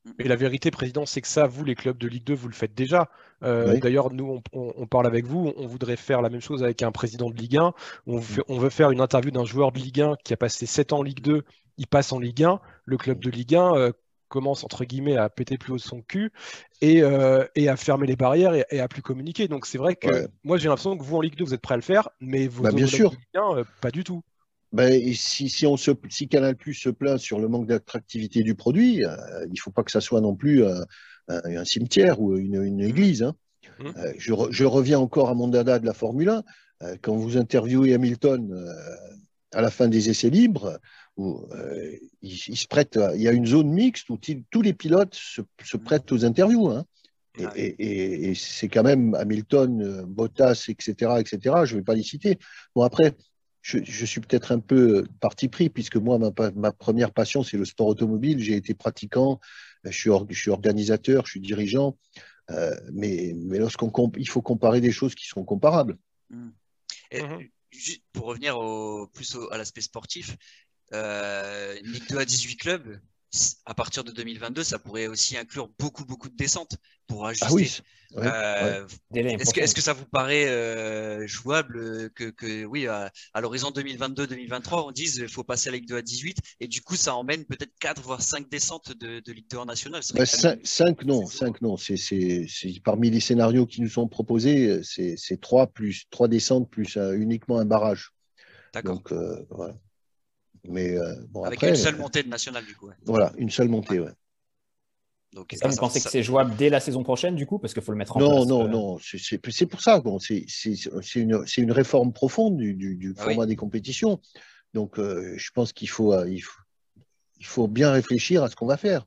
Et la vérité, Président, c'est que ça, vous, les clubs de Ligue 2, vous le faites déjà. Oui. D'ailleurs, nous, on parle avec vous. On voudrait faire la même chose avec un président de Ligue 1. On veut faire une interview d'un joueur de Ligue 1 qui a passé 7 ans en Ligue 2. Il passe en Ligue 1. Le club de Ligue 1 commence, entre guillemets, à péter plus haut de son cul et à fermer les barrières et à plus communiquer. Donc, c'est vrai que Ouais. moi, j'ai l'impression que vous, en Ligue 2, vous êtes prêts à le faire, mais vos Bah, bien homologues sûr. de Ligue 1, pas du tout. Ben, et si Canal+ se plaint sur le manque d'attractivité du produit, il ne faut pas que ça soit non plus un cimetière ou une église, hein. Mmh. Je reviens encore à mon dada de la Formule 1. Quand vous interviewez Hamilton à la fin des essais libres, où, il se prête il y a une zone mixte où tous les pilotes se prêtent aux interviews, hein. Et c'est quand même Hamilton, Bottas, etc., etc. Je ne vais pas les citer. Bon, après, je suis peut-être un peu parti pris, puisque moi, ma première passion, c'est le sport automobile. J'ai été pratiquant, je suis organisateur, je suis dirigeant. Mais il faut comparer des choses qui sont comparables. Et, juste pour revenir à l'aspect sportif, Ligue 2 à 18 clubs, à partir de 2022, ça pourrait aussi inclure beaucoup de descentes pour ajuster. Ah oui, ouais. Est-ce que ça vous paraît jouable que oui, à l'horizon 2022-2023, on dise qu'il faut passer à Ligue 2 à 18 et du coup, ça emmène peut-être 4 voire 5 descentes de Ligue 2 en national. 5 non. C'est parmi les scénarios qui nous sont proposés, c'est 3 descentes plus uniquement un barrage. D'accord. Donc, voilà. Mais bon, avec après, une seule montée de national, du coup. Ouais. Voilà, une seule montée, ouais. Donc, ça, vous pensez que c'est jouable dès la saison prochaine, du coup, parce qu'il faut le mettre en place? Non. C'est pour ça. Bon, c'est une réforme profonde du format des compétitions. Donc, je pense qu'il faut bien réfléchir à ce qu'on va faire.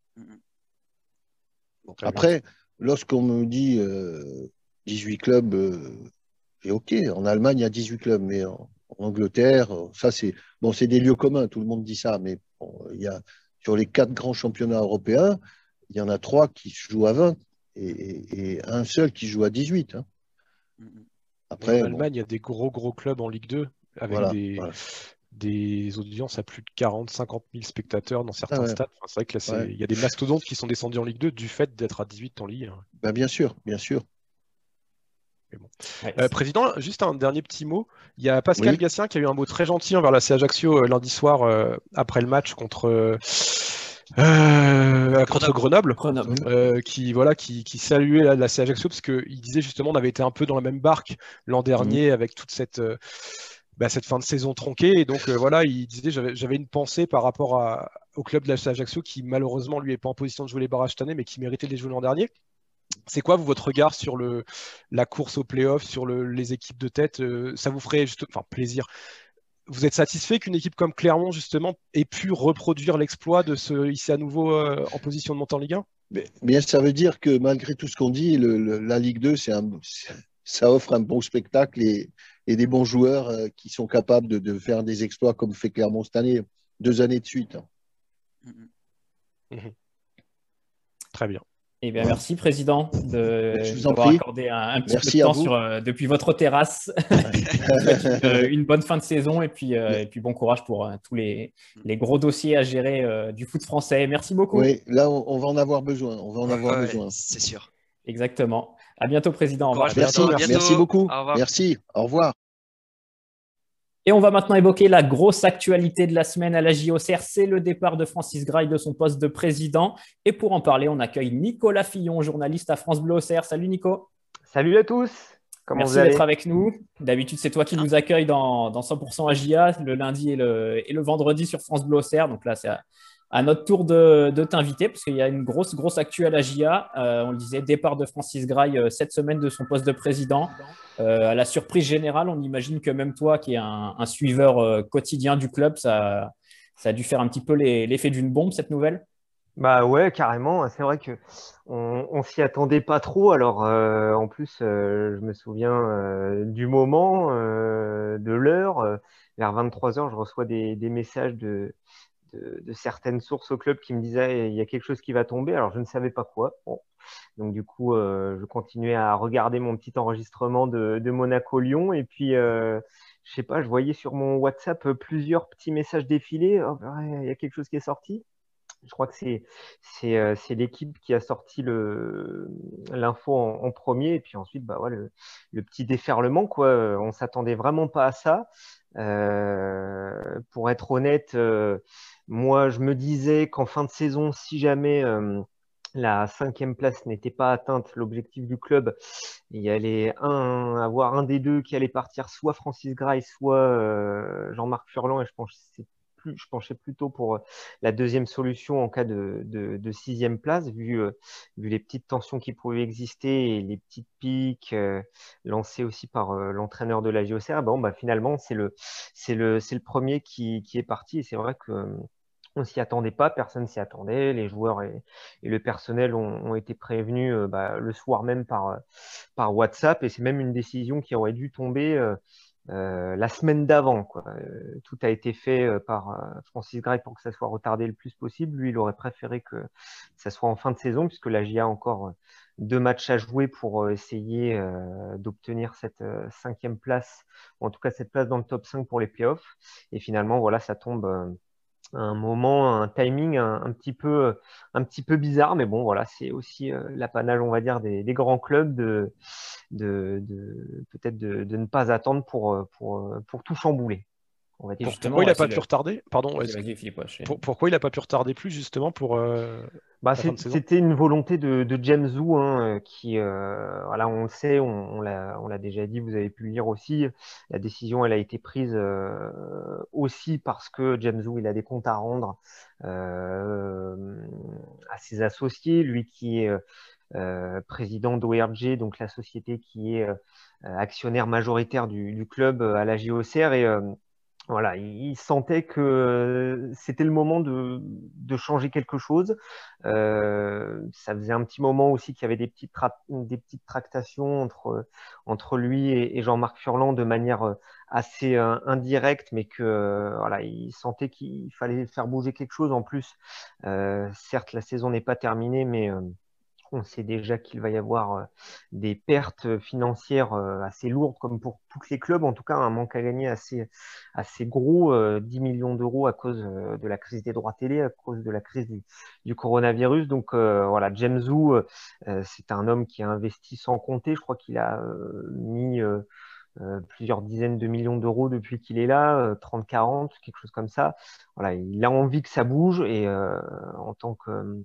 Bon, après, lorsqu'on me dit 18 clubs, c'est OK. En Allemagne, il y a 18 clubs, mais en Angleterre, ça c'est des lieux communs, tout le monde dit ça, mais bon, sur les 4 grands championnats européens, il y en a 3 qui se jouent à 20 et un seul qui joue à 18. Hein. Après, en Allemagne, il y a des gros clubs en Ligue 2 avec des audiences à plus de 40-50 000 spectateurs dans certains stades. Enfin, c'est vrai que là, il y a des mastodontes qui sont descendus en Ligue 2 du fait d'être à 18 en Ligue 1. Ben, bien sûr. Bon. Président, juste un dernier petit mot. Il y a Pascal Gassien qui a eu un mot très gentil envers la CA Ajaccio lundi soir après le match contre Grenoble, qui saluait la CA Ajaccio parce qu'il disait justement on avait été un peu dans la même barque l'an dernier avec toute cette fin de saison tronquée. Et donc il disait j'avais une pensée par rapport au club de la CA Ajaccio qui malheureusement lui n'est pas en position de jouer les barrages cette année mais qui méritait de les jouer l'an dernier. C'est quoi, votre regard sur la course aux playoffs, sur les équipes de tête? Ça vous ferait plaisir? Vous êtes satisfait qu'une équipe comme Clermont, justement, ait pu reproduire l'exploit de se hisser à nouveau en position de monter en Ligue 1? Bien, ça veut dire que malgré tout ce qu'on dit, la Ligue 2, ça offre un bon spectacle et des bons joueurs qui sont capables de faire des exploits comme fait Clermont cette année, 2 années de suite. Très bien. Eh bien, merci, Président, d'avoir accordé un petit peu de temps depuis votre terrasse. Une bonne fin de saison et puis bon courage pour tous les gros dossiers à gérer du foot français. Merci beaucoup. Oui, là, on va en avoir besoin. Besoin. C'est sûr. Exactement. À bientôt, Président. Au revoir. Merci beaucoup. Merci. Au revoir. Et on va maintenant évoquer la grosse actualité de la semaine à la JOCR, c'est le départ de Francis Grail de son poste de président. Et pour en parler, on accueille Nicolas Fillon, journaliste à France Bleu Auxerre. Salut Nico. Salut à tous. Merci d'être avec nous. D'habitude, c'est toi qui nous accueille dans 100% AJA le lundi et le vendredi sur France Bleu Auxerre. Donc là, c'est à notre tour de t'inviter parce qu'il y a une grosse actu à la JA. On le disait, départ de Francis Grail cette semaine de son poste de président. À la surprise générale, on imagine que même toi, qui es un suiveur quotidien du club, ça a dû faire un petit peu l'effet d'une bombe, cette nouvelle. Bah ouais, carrément. C'est vrai que on s'y attendait pas trop. Alors en plus, je me souviens du moment, de l'heure. Vers 23h, je reçois des messages de certaines sources au club qui me disaient il y a quelque chose qui va tomber. Alors je ne savais pas quoi. Bon. Donc du coup, je continuais à regarder mon petit enregistrement de Monaco-Lyon et puis je sais pas, je voyais sur mon WhatsApp plusieurs petits messages défiler. Oh, il y a quelque chose qui est sorti. Je crois que c'est l'équipe qui a sorti l'info en premier. Et puis ensuite, bah, ouais, le petit déferlement, quoi. On s'attendait vraiment pas à ça. Pour être honnête, moi, je me disais qu'en fin de saison, si jamais la 5e place n'était pas atteinte, l'objectif du club, il y allait avoir un des deux qui allait partir, soit Francis Gray, soit Jean-Marc Furlan. Et je penchais plutôt pour la deuxième solution en cas de 6e place, vu les petites tensions qui pouvaient exister et les petites piques lancées aussi par l'entraîneur de la JOCR. Bon, bah, finalement, c'est le premier qui est parti. Et c'est vrai que on s'y attendait pas, personne s'y attendait. Les joueurs et le personnel ont été prévenus bah, le soir même par WhatsApp, et c'est même une décision qui aurait dû tomber la semaine d'avant, quoi. Tout a été fait par Francis Gray pour que ça soit retardé le plus possible. Lui, il aurait préféré que ça soit en fin de saison, puisque la JA a encore 2 matchs à jouer pour essayer d'obtenir cette 5e place, ou en tout cas cette place dans le top 5 pour les playoffs. Et finalement, voilà, ça tombe un moment, un timing un petit peu bizarre, mais bon, voilà, c'est aussi l'apanage, on va dire, des grands clubs peut-être de ne pas attendre pour tout chambouler, on va dire. Pourquoi il n'a pas pu retarder? Pardon, Vas-y, Philippe, pourquoi il n'a pas pu retarder plus justement pour Bah, la fin de saison? c'était une volonté de James Wu, hein, qui, voilà, on le sait, on l'a déjà dit, vous avez pu le lire aussi. La décision, elle a été prise aussi parce que James Wu, il a des comptes à rendre à ses associés, lui qui est président d'ORG, donc la société qui est actionnaire majoritaire du club à la JOCR, et voilà, il sentait que c'était le moment de changer quelque chose. Ça faisait un petit moment aussi qu'il y avait des petites tractations entre lui et Jean-Marc Furlan de manière assez indirecte, mais que voilà, il sentait qu'il fallait faire bouger quelque chose. En plus, certes, la saison n'est pas terminée, mais on sait déjà qu'il va y avoir des pertes financières assez lourdes, comme pour tous les clubs, en tout cas un manque à gagner assez gros, 10 millions d'euros à cause de la crise des droits télé, à cause de la crise du coronavirus. Donc voilà, James Wu, c'est un homme qui a investi sans compter. Je crois qu'il a mis plusieurs dizaines de millions d'euros depuis qu'il est là, 30-40, quelque chose comme ça. Voilà, il a envie que ça bouge, et en tant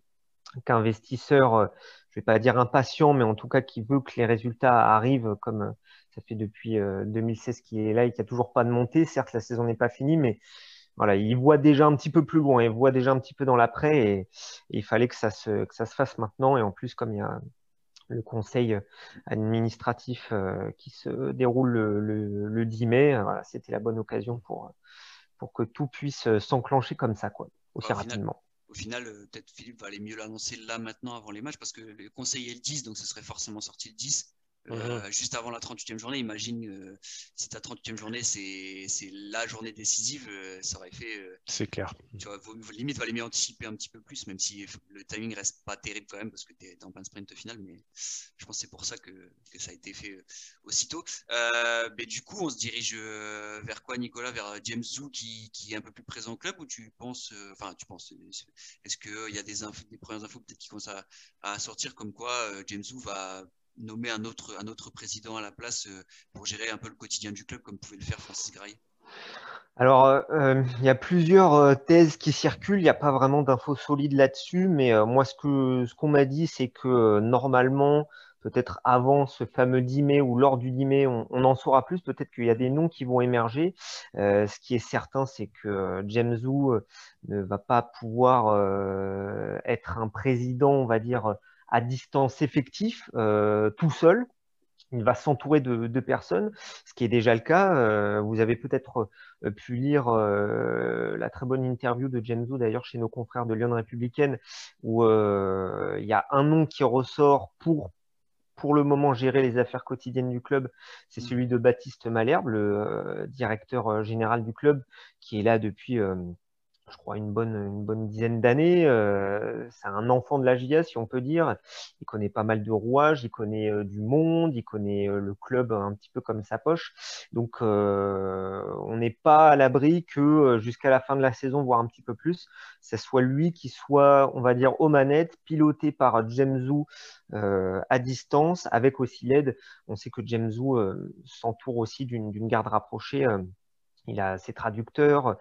qu'investisseur, je vais pas dire impatient, mais en tout cas qui veut que les résultats arrivent, comme ça fait depuis 2016 qu'il est là et qu'il n'y a toujours pas de montée. Certes, la saison n'est pas finie, mais voilà, il voit déjà un petit peu plus loin, il voit déjà un petit peu dans l'après, et il fallait que ça se fasse maintenant. Et en plus, comme il y a le conseil administratif qui se déroule le 10 mai, voilà, c'était la bonne occasion pour que tout puisse s'enclencher comme ça, quoi, aussi rapidement. Au final, peut-être Philippe va aller mieux l'annoncer là maintenant avant les matchs, parce que le conseil est le 10, donc ce serait forcément sorti le 10. Juste avant la 38e journée, imagine si ta 38e journée c'est la journée décisive, ça aurait fait. C'est clair. Tu vois, limite, il valait mieux anticiper un petit peu plus, même si le timing reste pas terrible quand même, parce que tu es en plein sprint final, mais je pense que c'est pour ça que ça a été fait aussitôt. Mais du coup, on se dirige vers quoi, Nicolas? Vers James Wu qui est un peu plus présent au club, ou tu penses, est-ce qu'il y a des premières infos peut-être qui commencent à sortir comme quoi James Wu va nommer un autre président à la place pour gérer un peu le quotidien du club, comme pouvait le faire Francis Gray? Alors, il y a plusieurs thèses qui circulent. Il n'y a pas vraiment d'infos solides là-dessus, mais moi, ce qu'on m'a dit, c'est que normalement, peut-être avant ce fameux 10 mai ou lors du 10 mai, on en saura plus. Peut-être qu'il y a des noms qui vont émerger. Ce qui est certain, c'est que James Wu ne va pas pouvoir être un président, on va dire, à distance effectif, tout seul. Il va s'entourer de personnes, ce qui est déjà le cas. Vous avez peut-être pu lire la très bonne interview de James Wu, d'ailleurs, chez nos confrères de Lyon Républicaine, où il y a un nom qui ressort pour le moment gérer les affaires quotidiennes du club. C'est celui de Baptiste Malherbe, le directeur général du club, qui est là depuis je crois, une bonne dizaine d'années. C'est un enfant de la GIA, si on peut dire. Il connaît pas mal de rouages, il connaît du monde, il connaît le club un petit peu comme sa poche. Donc, on n'est pas à l'abri que jusqu'à la fin de la saison, voire un petit peu plus, ce soit lui qui soit, on va dire, aux manettes, piloté par Jamesou à distance, avec aussi l'aide. On sait que Jamesou s'entoure aussi d'une garde rapprochée. Il a ses traducteurs,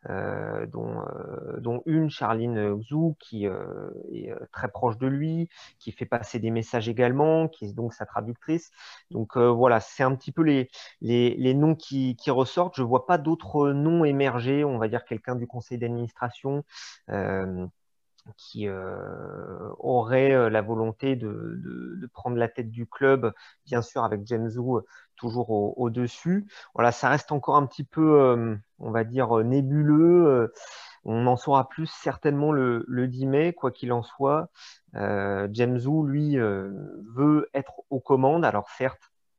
dont une, Charline Xu, qui est très proche de lui, qui fait passer des messages également, qui est donc sa traductrice. Donc voilà, c'est un petit peu les noms qui ressortent. Je ne vois pas d'autres noms émerger, on va dire quelqu'un du conseil d'administration. Qui aurait la volonté de prendre la tête du club, bien sûr avec Jamesou toujours au-dessus. Voilà, ça reste encore un petit peu, on va dire, nébuleux. On en saura plus certainement le 10 mai, quoi qu'il en soit. Jamesou, lui, veut être aux commandes. Alors certes,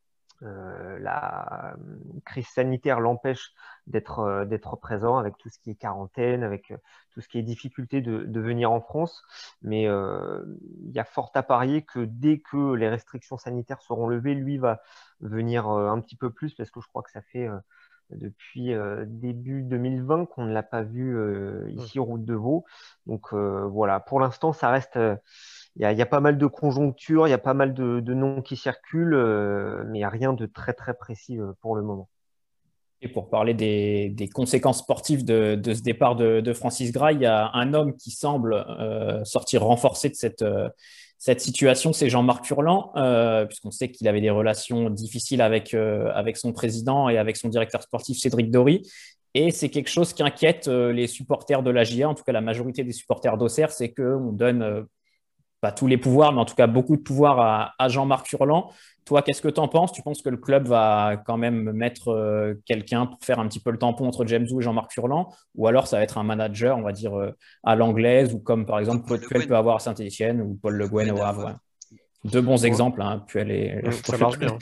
la crise sanitaire l'empêche d'être présent avec tout ce qui est quarantaine, avec tout ce qui est difficulté de venir en France. Mais il y a fort à parier que dès que les restrictions sanitaires seront levées, lui va venir un petit peu plus, parce que je crois que ça fait depuis début 2020 qu'on ne l'a pas vu ici Route de Vaud. Donc voilà, pour l'instant, ça reste... Il y a pas mal de conjonctures, il y a pas mal de noms qui circulent, mais il n'y a rien de très très précis pour le moment. Et pour parler des conséquences sportives de ce départ de Francis Gras, il y a un homme qui semble sortir renforcé de cette situation, c'est Jean-Marc Furlan, puisqu'on sait qu'il avait des relations difficiles avec son président et avec son directeur sportif Cédric Dory. Et c'est quelque chose qui inquiète les supporters de la GIA, en tout cas la majorité des supporters d'Auxerre, c'est qu'on donne pas tous les pouvoirs, mais en tout cas beaucoup de pouvoir à Jean-Marc Furlan. Toi, qu'est-ce que tu en penses? Tu penses que le club va quand même mettre quelqu'un pour faire un petit peu le tampon entre Jamesou et Jean-Marc Furlan? Ou alors ça va être un manager, on va dire, à l'anglaise, ou comme par exemple Puel peut avoir à Saint-Étienne ou Paul Le Guen au Havre. Ouais. Deux bons exemples, hein, Puel et ça marche bien.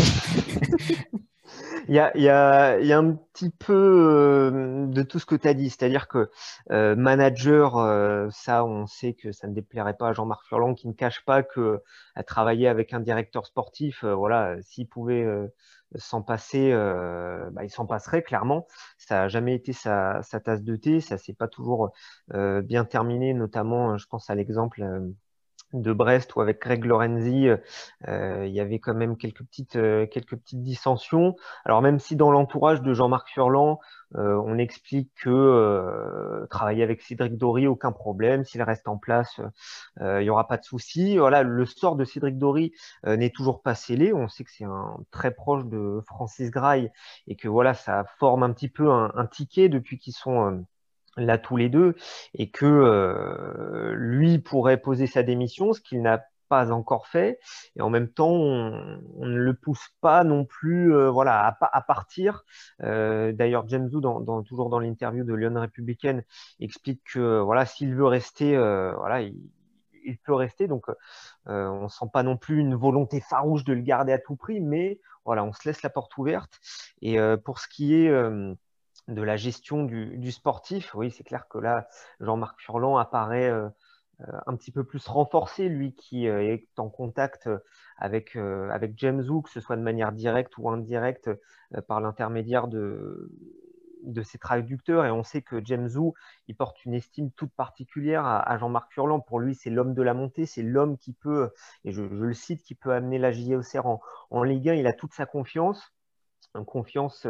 Il y a un petit peu de tout ce que tu as dit, c'est-à-dire que manager, ça, on sait que ça ne déplairait pas à Jean-Marc Furlan, qui ne cache pas que à travailler avec un directeur sportif, voilà, s'il pouvait s'en passer, il s'en passerait clairement. Ça n'a jamais été sa tasse de thé, ça s'est pas toujours bien terminé, notamment, je pense à l'exemple de Brest où avec Greg Lorenzi, il y avait quand même quelques petites dissensions. Alors même si dans l'entourage de Jean-Marc Furlan, on explique que travailler avec Cédric Dory, aucun problème, s'il reste en place, il n'y aura pas de souci. Voilà, le sort de Cédric Dory n'est toujours pas scellé. On sait que c'est un très proche de Francis Grail et que voilà, ça forme un petit peu un ticket depuis qu'ils sont là tous les deux, et que lui pourrait poser sa démission, ce qu'il n'a pas encore fait, et en même temps on ne le pousse pas non plus voilà, à partir. D'ailleurs Jamesou, toujours dans l'interview de Lyon Républicaine, explique que voilà, s'il veut rester, voilà, il peut rester, donc on ne sent pas non plus une volonté farouche de le garder à tout prix, mais voilà, on se laisse la porte ouverte. Et pour ce qui est de la gestion du sportif, oui, c'est clair que là, Jean-Marc Furlan apparaît un petit peu plus renforcé, lui qui est en contact avec Jamesou, que ce soit de manière directe ou indirecte par l'intermédiaire de ses traducteurs. Et on sait que Jamesou, il porte une estime toute particulière à Jean-Marc Furlan. Pour lui, c'est l'homme de la montée, c'est l'homme qui peut, et je le cite, qui peut amener la GIA Auxerre en Ligue 1. Il a toute sa confiance. Une confiance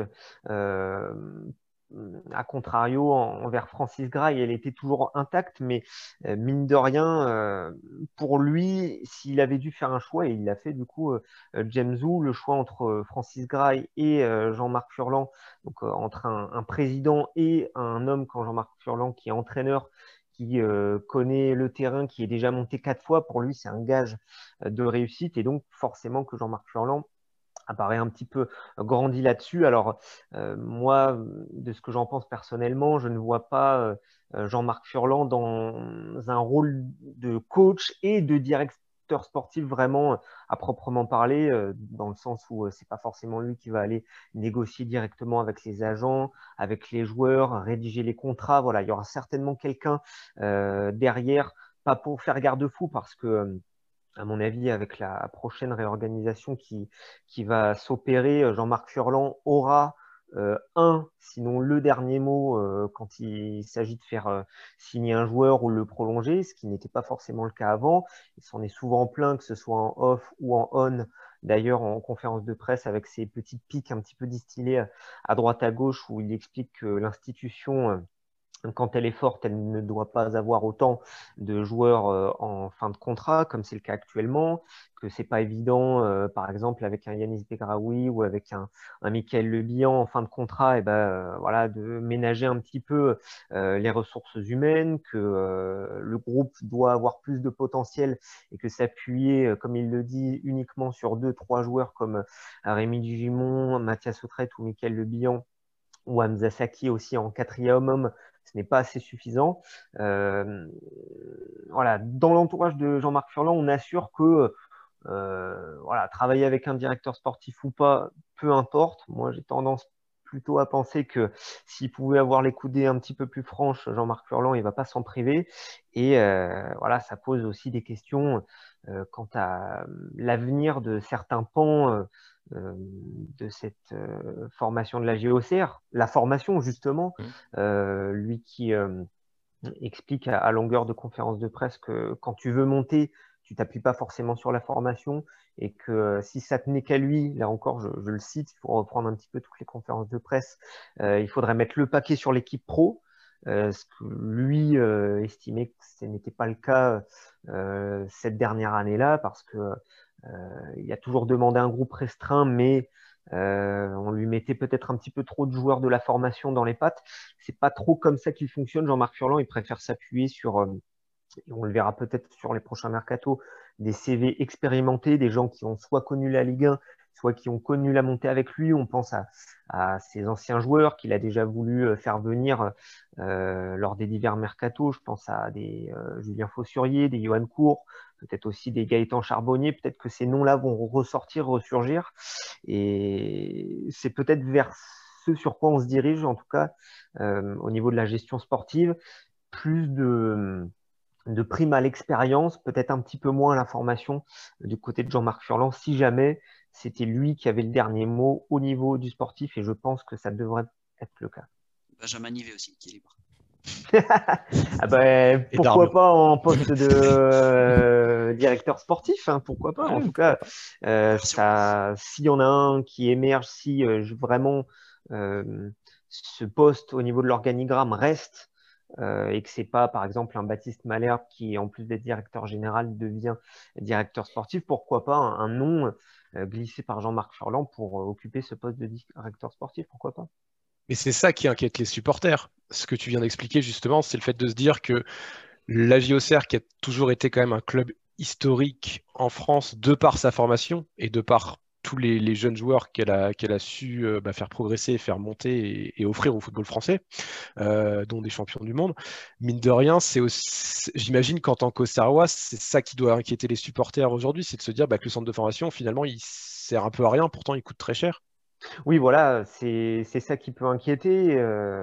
à contrario envers Francis Gray, elle était toujours intacte, mais mine de rien, pour lui, s'il avait dû faire un choix, et il l'a fait du coup, Jamesou, le choix entre Francis Gray et Jean-Marc Furlan, donc entre un président et un homme comme Jean-Marc Furlan qui est entraîneur, qui connaît le terrain, qui est déjà monté 4 fois, pour lui c'est un gage de réussite, et donc forcément que Jean-Marc Furlan apparaît un petit peu grandi là-dessus. Alors, moi, de ce que j'en pense personnellement, je ne vois pas Jean-Marc Furlan dans un rôle de coach et de directeur sportif vraiment à proprement parler, dans le sens où c'est pas forcément lui qui va aller négocier directement avec les agents, avec les joueurs, rédiger les contrats. Voilà, il y aura certainement quelqu'un derrière, pas pour faire garde-fou, parce que à mon avis, avec la prochaine réorganisation qui va s'opérer, Jean-Marc Furlan aura sinon le dernier mot quand il s'agit de faire signer un joueur ou le prolonger, ce qui n'était pas forcément le cas avant. Il s'en est souvent plaint, que ce soit en off ou en on, d'ailleurs en conférence de presse avec ses petites piques un petit peu distillées à droite à gauche, où il explique que l'institution quand elle est forte, elle ne doit pas avoir autant de joueurs en fin de contrat, comme c'est le cas actuellement, que c'est pas évident, par exemple, avec un Yanis Begraoui ou avec un Michael Le Bihan en fin de contrat, et voilà, de ménager un petit peu les ressources humaines, que le groupe doit avoir plus de potentiel et que s'appuyer, comme il le dit, uniquement sur 2-3 joueurs comme Rémi Dugimon, Mathias Autrette ou Michael Le Bihan, ou Hamza Saki aussi en quatrième homme, ce n'est pas assez suffisant. Voilà, dans l'entourage de Jean-Marc Furlan, on assure que voilà, travailler avec un directeur sportif ou pas, peu importe. Moi, j'ai tendance plutôt à penser que s'il pouvait avoir les coudées un petit peu plus franches, Jean-Marc Furlan, il ne va pas s'en priver. Et voilà, ça pose aussi des questions quant à l'avenir de certains pans de cette formation de la JOCR. La formation, justement, lui qui explique à longueur de conférence de presse que quand tu veux monter, tu t'appuies pas forcément sur la formation, et que si ça tenait qu'à lui, là encore, je le cite, il faut reprendre un petit peu toutes les conférences de presse, il faudrait mettre le paquet sur l'équipe pro, ce que lui estimait que ce n'était pas le cas cette dernière année-là, parce que il a toujours demandé un groupe restreint, mais on lui mettait peut-être un petit peu trop de joueurs de la formation dans les pattes. C'est pas trop comme ça qu'il fonctionne. Jean-Marc Furlan, il préfère s'appuyer sur, et on le verra peut-être sur les prochains mercatos, des CV expérimentés, des gens qui ont soit connu la Ligue 1, soit qui ont connu la montée avec lui. On pense à ses anciens joueurs qu'il a déjà voulu faire venir lors des divers mercatos. Je pense à des Julien Faussurier, des Johan Cour, peut-être aussi des Gaëtan Charbonnier. Peut-être que ces noms-là vont ressortir, ressurgir. Et c'est peut-être vers ce sur quoi on se dirige, en tout cas, au niveau de la gestion sportive, plus de prime à l'expérience, peut-être un petit peu moins à la formation du côté de Jean-Marc Furlan, si jamais c'était lui qui avait le dernier mot au niveau du sportif, et je pense que ça devrait être le cas. Benjamin Nivet aussi, qui est libre. Ah ben, pourquoi pas en poste de directeur sportif, hein, pourquoi pas. En tout cas, s'il y en a un qui émerge, si vraiment ce poste au niveau de l'organigramme reste, et que c'est pas, par exemple, un Baptiste Malherbe qui, en plus d'être directeur général, devient directeur sportif, pourquoi pas un nom glissé par Jean-Marc Furlan pour occuper ce poste de directeur sportif, pourquoi pas. Mais c'est ça qui inquiète les supporters. Ce que tu viens d'expliquer, justement, c'est le fait de se dire que la JOCR, qui a toujours été quand même un club historique en France, de par sa formation et de par tous les jeunes joueurs qu'elle a su faire progresser, faire monter et offrir au football français, dont des champions du monde. Mine de rien, c'est aussi, j'imagine qu'en tant qu'Auxerrois, c'est ça qui doit inquiéter les supporters aujourd'hui, c'est de se dire que le centre de formation, finalement, il sert un peu à rien, pourtant il coûte très cher. Oui, voilà, c'est ça qui peut inquiéter.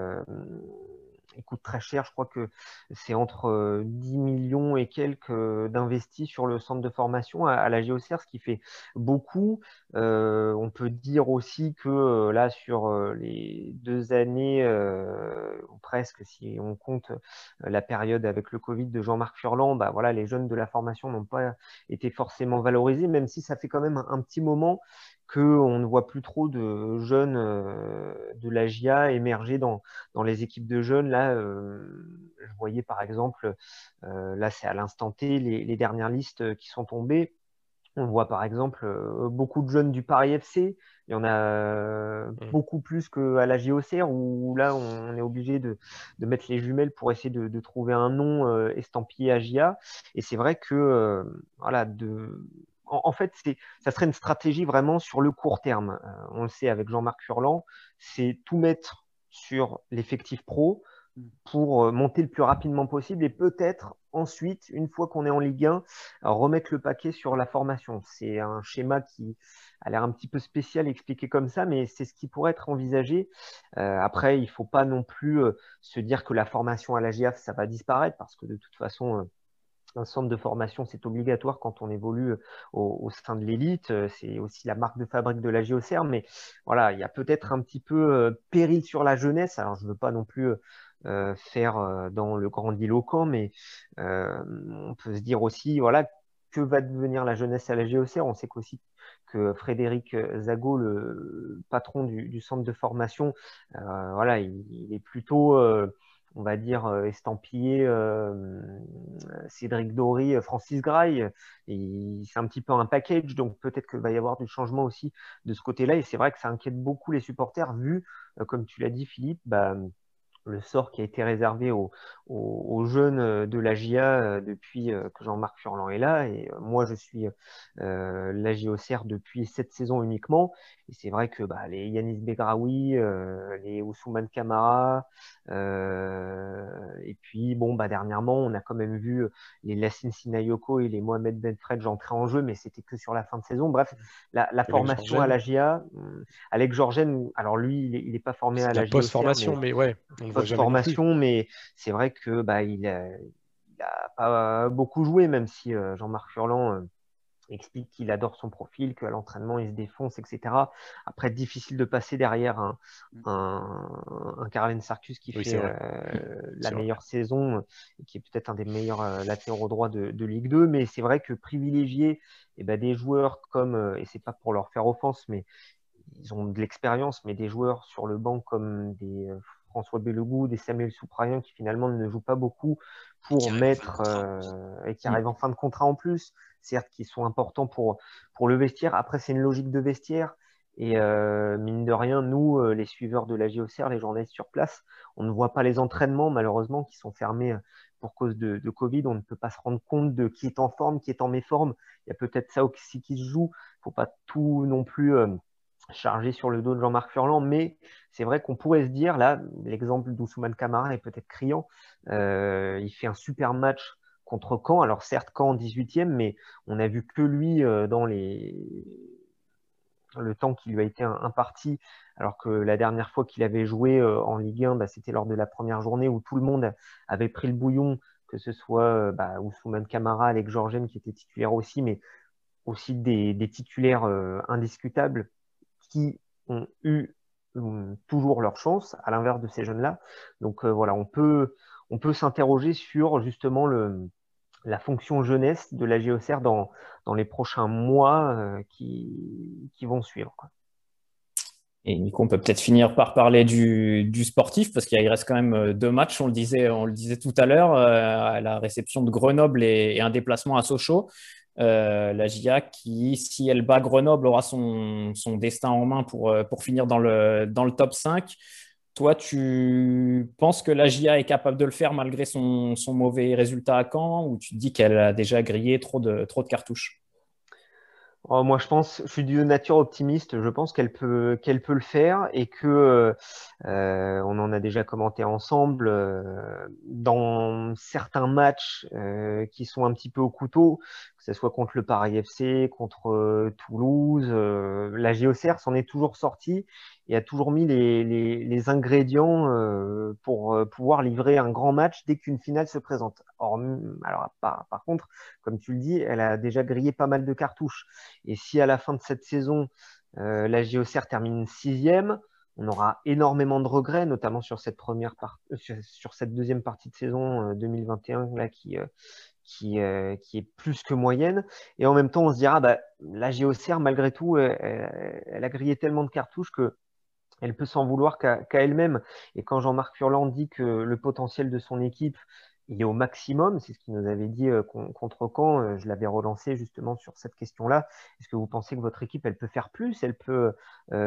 Il coûte très cher, je crois que c'est entre 10 millions et quelques d'investis sur le centre de formation à la JOCR, ce qui fait beaucoup. On peut dire aussi que là, sur les 2 années, ou presque, si on compte la période avec le Covid de Jean-Marc Furlan, voilà, les jeunes de la formation n'ont pas été forcément valorisés, même si ça fait quand même un petit moment qu'on ne voit plus trop de jeunes de la JA émerger dans les équipes de jeunes. Là, je voyais par exemple, là c'est à l'instant T, les dernières listes qui sont tombées. On voit par exemple beaucoup de jeunes du Paris FC. Il y en a beaucoup plus qu'à la JOCR, où là on est obligé de mettre les jumelles pour essayer de trouver un nom estampillé AJA. Et c'est vrai que voilà, en fait, ça serait une stratégie vraiment sur le court terme. On le sait avec Jean-Marc Furlan, c'est tout mettre sur l'effectif pro, pour monter le plus rapidement possible et peut-être ensuite, une fois qu'on est en Ligue 1, remettre le paquet sur la formation. C'est un schéma qui a l'air un petit peu spécial expliqué comme ça, mais c'est ce qui pourrait être envisagé. Après, il ne faut pas non plus se dire que la formation à la GIAF, ça va disparaître parce que de toute façon, un centre de formation, c'est obligatoire quand on évolue au sein de l'élite. C'est aussi la marque de fabrique de la JOCR. Mais voilà, il y a peut-être un petit peu péril sur la jeunesse. Alors, je ne veux pas non plus faire dans le grandiloquent, mais on peut se dire aussi, voilà, que va devenir la jeunesse à la JOCR? On sait qu'aussi que Frédéric Zago, le patron du centre de formation, voilà, il est plutôt on va dire, estampillé Cédric Dory, Francis Grail. C'est un petit peu un package, donc peut-être qu'il va y avoir du changement aussi de ce côté-là. Et c'est vrai que ça inquiète beaucoup les supporters, vu, comme tu l'as dit, Philippe, bah, le sort qui a été réservé aux jeunes de la GIA depuis que Jean-Marc Furlan est là. Et moi, je suis la JOCR depuis cette saison uniquement. Et c'est vrai que bah, les Yanis Begraoui, les Ousmane Camara, et puis bon, bah, dernièrement, on a quand même vu les Lassine Sinayoko et les Mohamed Benfredj entrer en jeu, mais c'était que sur la fin de saison. Bref, la formation à la GIA, Alex Georgen, alors lui, il n'est pas formé à la la JOCR, post-formation, mais ouais, on le voit jamais non plus. post-formation, mais c'est vrai que bah, il a pas beaucoup joué, même si Jean-Marc Furlan explique qu'il adore son profil, qu'à l'entraînement il se défonce, etc. Après, difficile de passer derrière un Caroline Sarcus qui Oui, fait c'est vrai. la C'est meilleure saison et qui est peut-être un des meilleurs latéraux droits de Ligue 2. Mais c'est vrai que privilégier ben, des joueurs comme, et c'est pas pour leur faire offense, mais ils ont de l'expérience, mais des joueurs sur le banc comme des François Bellegout, des Samuel Souprayen qui finalement ne jouent pas beaucoup pour mettre et qui arrivent en fin de contrat en plus, certes qui sont importants pour le vestiaire. Après, c'est une logique de vestiaire. Et mine de rien, nous, les suiveurs de la JOCR, les journalistes sur place, on ne voit pas les entraînements, malheureusement, qui sont fermés pour cause de Covid. On ne peut pas se rendre compte de qui est en forme, qui est en méforme. Il y a peut-être ça aussi qui se joue. Il ne faut pas tout non plus chargé sur le dos de Jean-Marc Furlan, mais c'est vrai qu'on pourrait se dire, là, l'exemple d'Ousmane Camara est peut-être criant. Il fait un super match contre Caen, alors certes Caen en 18e, mais on a vu que lui dans le temps qui lui a été imparti, alors que la dernière fois qu'il avait joué en Ligue 1, bah, c'était lors de la première journée où tout le monde avait pris le bouillon, que ce soit Ousmane Camara, Alex Georgen qui était titulaire aussi, mais aussi des titulaires indiscutables qui ont eu toujours leur chance, à l'inverse de ces jeunes-là. Donc voilà, on peut s'interroger sur justement la fonction jeunesse de la JOCR dans les prochains mois qui vont suivre, quoi. Et Nico, on peut peut-être finir par parler du sportif, parce qu'il reste quand même 2 matchs, on le disait tout à l'heure, à la réception de Grenoble et un déplacement à Sochaux. La GIA qui, si elle bat Grenoble, aura son destin en main pour finir dans le top 5. Toi, tu penses que la GIA est capable de le faire malgré son mauvais résultat à Caen, ou tu te dis qu'elle a déjà grillé trop de cartouches? Oh, moi, je suis de nature optimiste. Je pense qu'elle peut le faire et que on en a déjà commenté ensemble dans certains matchs qui sont un petit peu au couteau, que ce soit contre le Paris FC, contre Toulouse. La JOCR s'en est toujours sortie et a toujours mis les ingrédients pour pouvoir livrer un grand match dès qu'une finale se présente. Alors, par contre, comme tu le dis, elle a déjà grillé pas mal de cartouches. Et si à la fin de cette saison, la JOCR termine 6e, on aura énormément de regrets, notamment sur cette sur cette deuxième partie de saison 2021 là, qui est plus que moyenne. Et en même temps, on se dira, bah, la JOCR, malgré tout, elle a grillé tellement de cartouches que elle peut s'en vouloir qu'à elle-même. Et quand Jean-Marc Furlan dit que le potentiel de son équipe, il est au maximum, c'est ce qu'il nous avait dit contre Caen, je l'avais relancé justement sur cette question-là. Est-ce que vous pensez que votre équipe, elle peut faire plus? Elle peut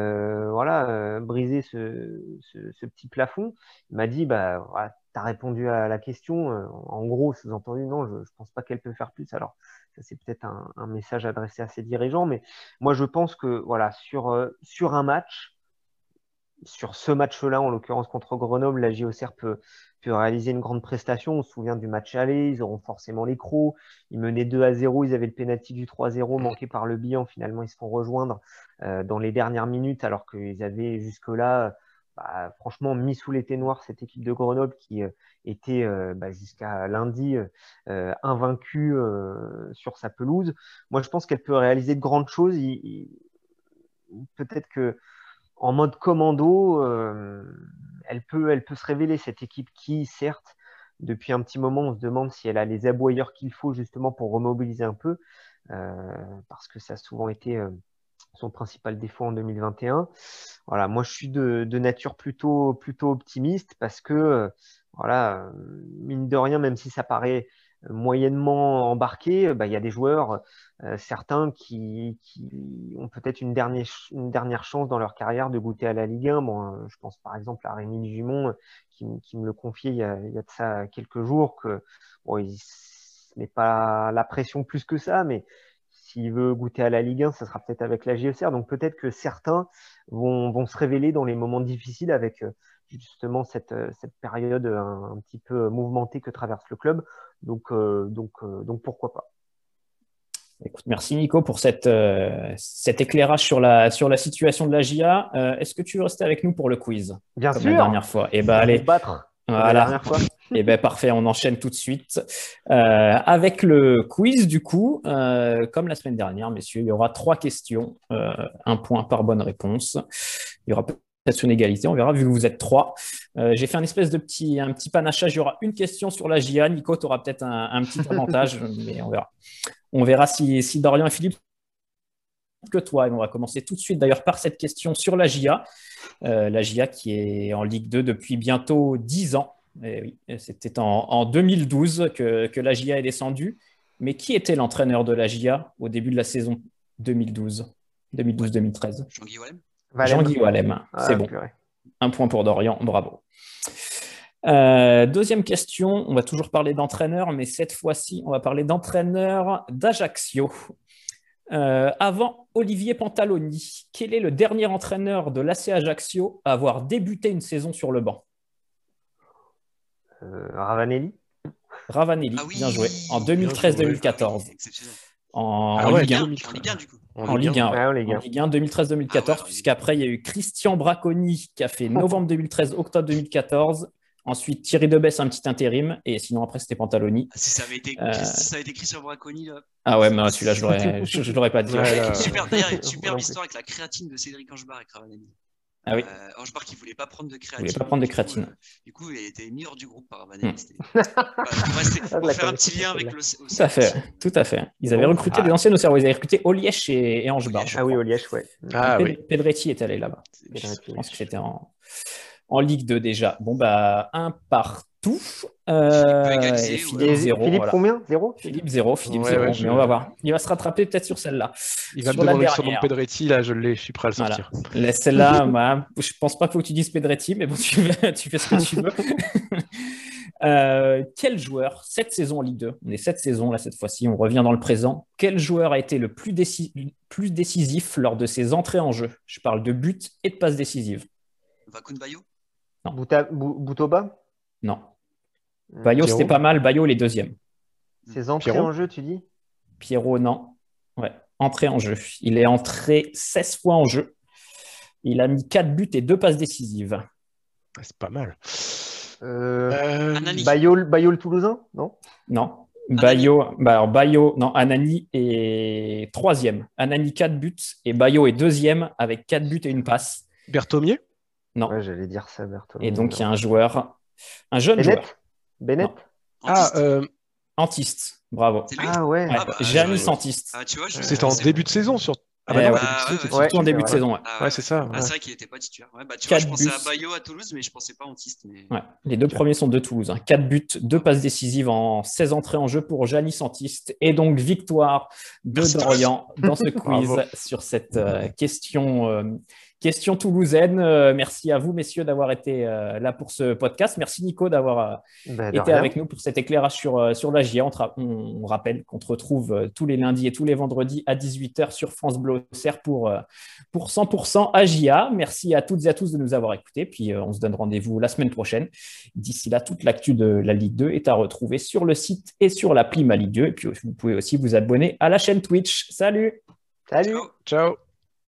briser ce petit plafond? Il m'a dit, bah, voilà, tu as répondu à la question. En gros, sous-entendu, non, je ne pense pas qu'elle peut faire plus. Alors, ça, c'est peut-être un message adressé à ses dirigeants, mais moi, je pense que voilà, sur un match, sur ce match-là, en l'occurrence contre Grenoble, la JOCR peut réaliser une grande prestation. On se souvient du match aller, ils auront forcément les crocs. Ils menaient 2-0, ils avaient le pénalty du 3-0 manqué par le bilan. Finalement, ils se font rejoindre dans les dernières minutes, alors qu'ils avaient jusque-là, franchement, mis sous les noir cette équipe de Grenoble qui était jusqu'à lundi invaincue sur sa pelouse. Moi, je pense qu'elle peut réaliser de grandes choses. Peut-être que en mode commando, elle peut se révéler, cette équipe qui, certes, depuis un petit moment, on se demande si elle a les aboyeurs qu'il faut justement pour remobiliser un peu, parce que ça a souvent été son principal défaut en 2021. Voilà, moi, je suis de nature plutôt optimiste parce que, mine de rien, même si ça paraît moyennement embarqué, il y a des joueurs, certains qui ont peut-être une dernière chance dans leur carrière de goûter à la Ligue 1. Bon, je pense par exemple à Rémi Gimon qui me le confiait il y a de ça quelques jours que il n'est pas la pression plus que ça, mais s'il veut goûter à la Ligue 1, ça sera peut-être avec la JOCR. Donc peut-être que certains vont se révéler dans les moments difficiles avec justement cette période un petit peu mouvementée que traverse le club. Donc pourquoi pas. Écoute, merci Nico pour cet éclairage sur la situation de la JA. Est-ce que tu veux rester avec nous pour le quiz? Bien comme sûr. la dernière fois. Et allez. Battre. Voilà. La dernière fois. Et parfait, on enchaîne tout de suite avec le quiz du coup. Comme la semaine dernière, messieurs, il y aura 3 questions, 1 point par bonne réponse. Il y aura peut-être une égalité, on verra vu que vous êtes 3. J'ai fait un espèce de un petit panachage. Il y aura une question sur la JA. Nico, tu auras peut-être un petit avantage, mais on verra. On verra si Dorian et Philippe que toi. Et on va commencer tout de suite d'ailleurs par cette question sur la JA. La JA qui est en Ligue 2 depuis bientôt 10 ans. Et oui, c'était en 2012 que la JA est descendue. Mais qui était l'entraîneur de la JA au début de la saison 2012-2013 Jean-Guy Wallem. Jean-Guy Wallem, c'est bon. Purée. 1 point pour Dorian, bravo. Deuxième question, on va toujours parler d'entraîneur, mais cette fois-ci, on va parler d'entraîneur d'Ajaccio. Avant Olivier Pantaloni, quel est le dernier entraîneur de l'AC Ajaccio à avoir débuté une saison sur le banc? Ravanelli. Ravanelli, bien joué, en 2013-2014. Exceptionnel. En Ligue 1. En Ligue 1, du coup. En Ligue 1, ouais. En Ligue 1. En Ligue 1 2013-2014, puisqu'après, il y a eu Christian Bracconi qui a fait novembre 2013, octobre 2014. Ensuite, Thierry Debesse, un petit intérim. Et sinon, après, c'était Pantaloni. Si ça avait été Christian Bracconi, là. Ah ouais, mais celui-là, je l'aurais pas dit. D'ailleurs, une superbe histoire avec la créatine de Cédric Angebar avec Ravanelli. Ah oui. Angebar qui ne voulait pas prendre de créatine. Il voulait pas prendre de créatine. Du coup, il était mis hors du groupe par Ravanelli. Pour faire un petit lien avec le. Tout à fait. Ils avaient recruté des anciens au cerveau. Ils avaient recruté Olièche et Angebar. Ah oui, Olièche, ouais. Pedretti est allé là-bas. Je pense que c'était en Ligue 2 déjà. Bon, 1 partout. Philippe 0. Philippe voilà. Combien 0 Philippe 0. Ouais, mais on va voir. Il va se rattraper peut-être sur celle-là. Il va me demander son nom de Pedretti, là, je suis prêt à le sortir. Voilà. Celle-là, je pense pas qu'il faut que tu dises Pedretti, mais bon, tu fais ce que tu veux. Quel joueur, cette saison en Ligue 2, on est cette saison là cette fois-ci, on revient dans le présent, quel joueur a été le plus décisif lors de ses entrées en jeu? Je parle de buts et de passes décisives. Vakun Bayo? Non. Boutoba? Non. Bayo, c'était pas mal. Bayo, les deuxièmes. Ses entrées en jeu, tu dis? Pierrot, non. Ouais, entrée en jeu. Il est entré 16 fois en jeu. Il a mis 4 buts et 2 passes décisives. C'est pas mal. Bayo le Toulousain? Non. Bayo, non, Anani est 3e. Anani 4 buts et Bayo est 2e avec 4 buts et 1 passe. Berthomier? Non. Ouais, j'allais dire ça, Berthomier. Et donc, il y a un joueur, un jeune joueur. Bennett? Antiste, bravo. Ah ouais. Giannis Antiste. Tu vois, c'était en début de saison sur. Surtout en début de saison. Ouais, c'est ça. C'est vrai qu'il n'était pas titulaire. Tu vois, je pensais à Bayo à Toulouse, mais je ne pensais pas à Antiste. Ouais. Les 2 premiers sont de Toulouse. 4 buts, 2 passes décisives en 16 entrées en jeu pour Giannis Antiste. Et donc, victoire de Dorian dans ce quiz sur cette question question toulousaine. Merci à vous, messieurs, d'avoir été là pour ce podcast. Merci, Nico, d'avoir été avec nous pour cet éclairage sur la GIA. On rappelle qu'on te retrouve tous les lundis et tous les vendredis à 18h sur France Bleu Auxerre pour 100% AGIA. Merci à toutes et à tous de nous avoir écoutés. Puis on se donne rendez-vous la semaine prochaine. D'ici là, toute l'actu de la Ligue 2 est à retrouver sur le site et sur l'appli Ma Ligue 2. Et puis vous pouvez aussi vous abonner à la chaîne Twitch. Salut! Salut! Ciao!